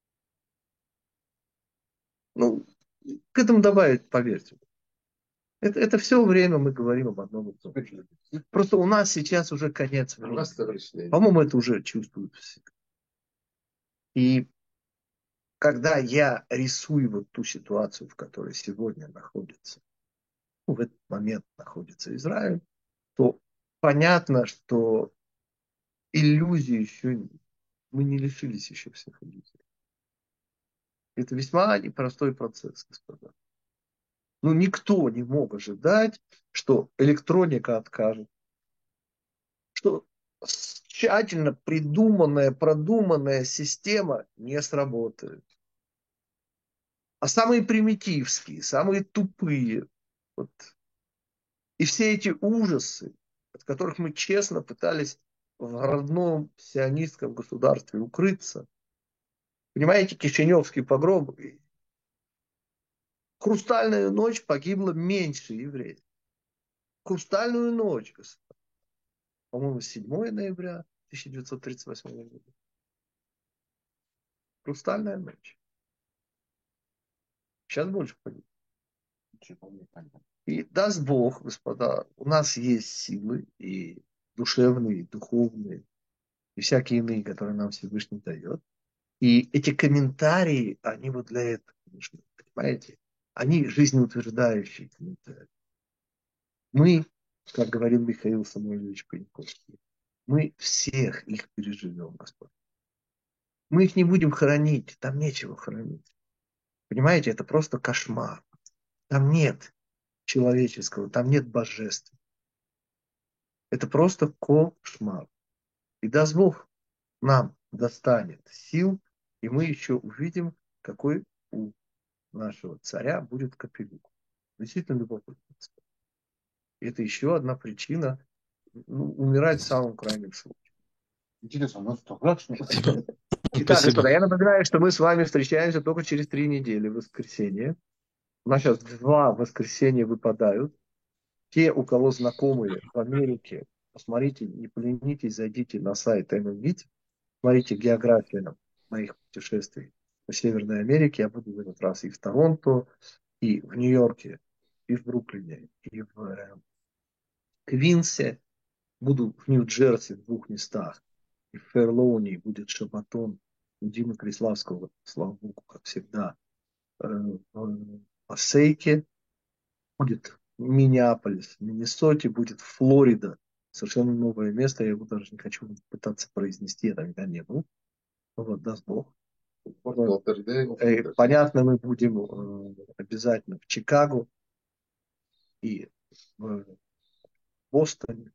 Ну, к этому добавить, поверьте. Это все время мы говорим об одном и том же. Просто у нас сейчас уже конец времени. По-моему, это уже чувствуют все. И когда я рисую вот ту ситуацию, в которой сегодня находится, ну, в этот момент находится Израиль, то понятно, что иллюзии еще, мы не лишились еще всех иллюзий. Это весьма непростой процесс, господа. Ну, никто не мог ожидать, что электроника откажет, что тщательно придуманная, продуманная система не сработает. А самые примитивские, самые тупые, вот, и все эти ужасы, от которых мы честно пытались в родном сионистском государстве укрыться. Понимаете, Кишиневский погром, Хрустальную ночь погибло меньше евреев. Хрустальную ночь, господа. По-моему, 7 ноября 1938 года. Хрустальная ночь. Сейчас больше погибло. И даст Бог, господа, у нас есть силы и душевные, и духовные, и всякие иные, которые нам Всевышний дает. И эти комментарии, они вот для этого нужны, понимаете? Они жизнеутверждающие комментарии. Мы, как говорил Михаил Самуилович Паниковский, мы всех их переживем, Господь. Мы их не будем хоронить, там нечего хоронить. Понимаете, это просто кошмар. Там нет человеческого, там нет божественного. Это просто кошмар. И даст Бог, нам достанет сил, и мы еще увидим, какой у нашего царя будет капелюк. Действительно любопытно. Это еще одна причина умирать в самом крайнем случае. Интересно, у нас страшно. Итак, господа, я напоминаю, что мы с вами встречаемся только через 3 недели, в воскресенье. У нас сейчас 2 воскресенья выпадают. Те, у кого знакомые в Америке, посмотрите, не поленитесь, зайдите на сайт MMVIT, смотрите географию моих путешествий по Северной Америке. Я буду в этот раз и в Торонто, и в Нью-Йорке, и в Бруклине, и в Квинсе. Буду в Нью-Джерси в 2 местах. И в Ферлоуне будет шабатон у Димы Криславского, слава богу, как всегда. В Пасейке будет Миннеаполис, в Миннесоте будет Флорида. Совершенно новое место, я его даже не хочу пытаться произнести, я тогда не был. Вот, даст Бог. Понятно, мы будем обязательно в Чикаго и в Бостоне.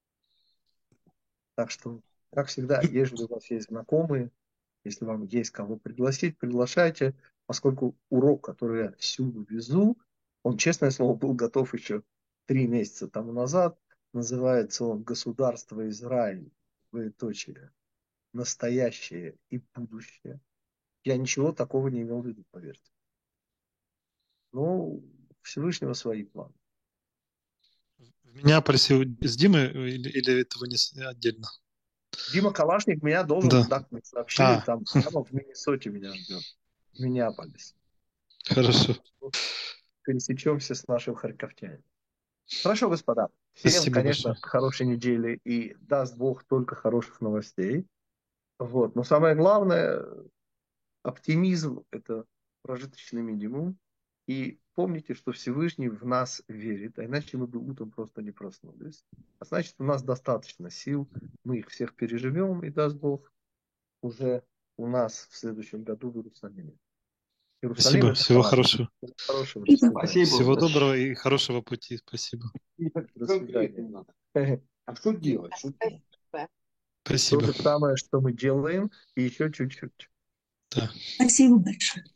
Так что, как всегда, если у вас есть знакомые, если вам есть кого пригласить, приглашайте, поскольку урок, который я всюду везу, он, честное слово, был готов еще 3 месяца тому назад. Называется он «Государство Израиль, двоеточие, настоящее и будущее». Я ничего такого не имел в виду, поверьте. Но у Всевышнего свои планы. В Миннеаполисе с Димой или этого не отдельно? Дима Калашник меня должен, Да. так мне сообщили, А, там прямо в Миннесоте меня ждет. В Миннеаполисе. хорошо. Пересечемся с нашим харьковчанином. Хорошо, господа. Всем, Спасибо конечно, большое. хорошей недели и даст Бог только хороших новостей. Вот. Но самое главное, оптимизм – это прожиточный минимум. И помните, что Всевышний в нас верит, а иначе мы бы утром просто не проснулись. А значит, у нас достаточно сил, мы их всех переживем, и даст Бог уже у нас в следующем году в Иерусалиме. Иерусалим Спасибо. – это Всего Хавана. хорошего. Всего хорошего. До свидания. Спасибо. Всего доброго и хорошего пути. Спасибо. До свидания. А что делать? То Спасибо. же самое, что мы делаем, и еще чуть-чуть. Да. Спасибо большое.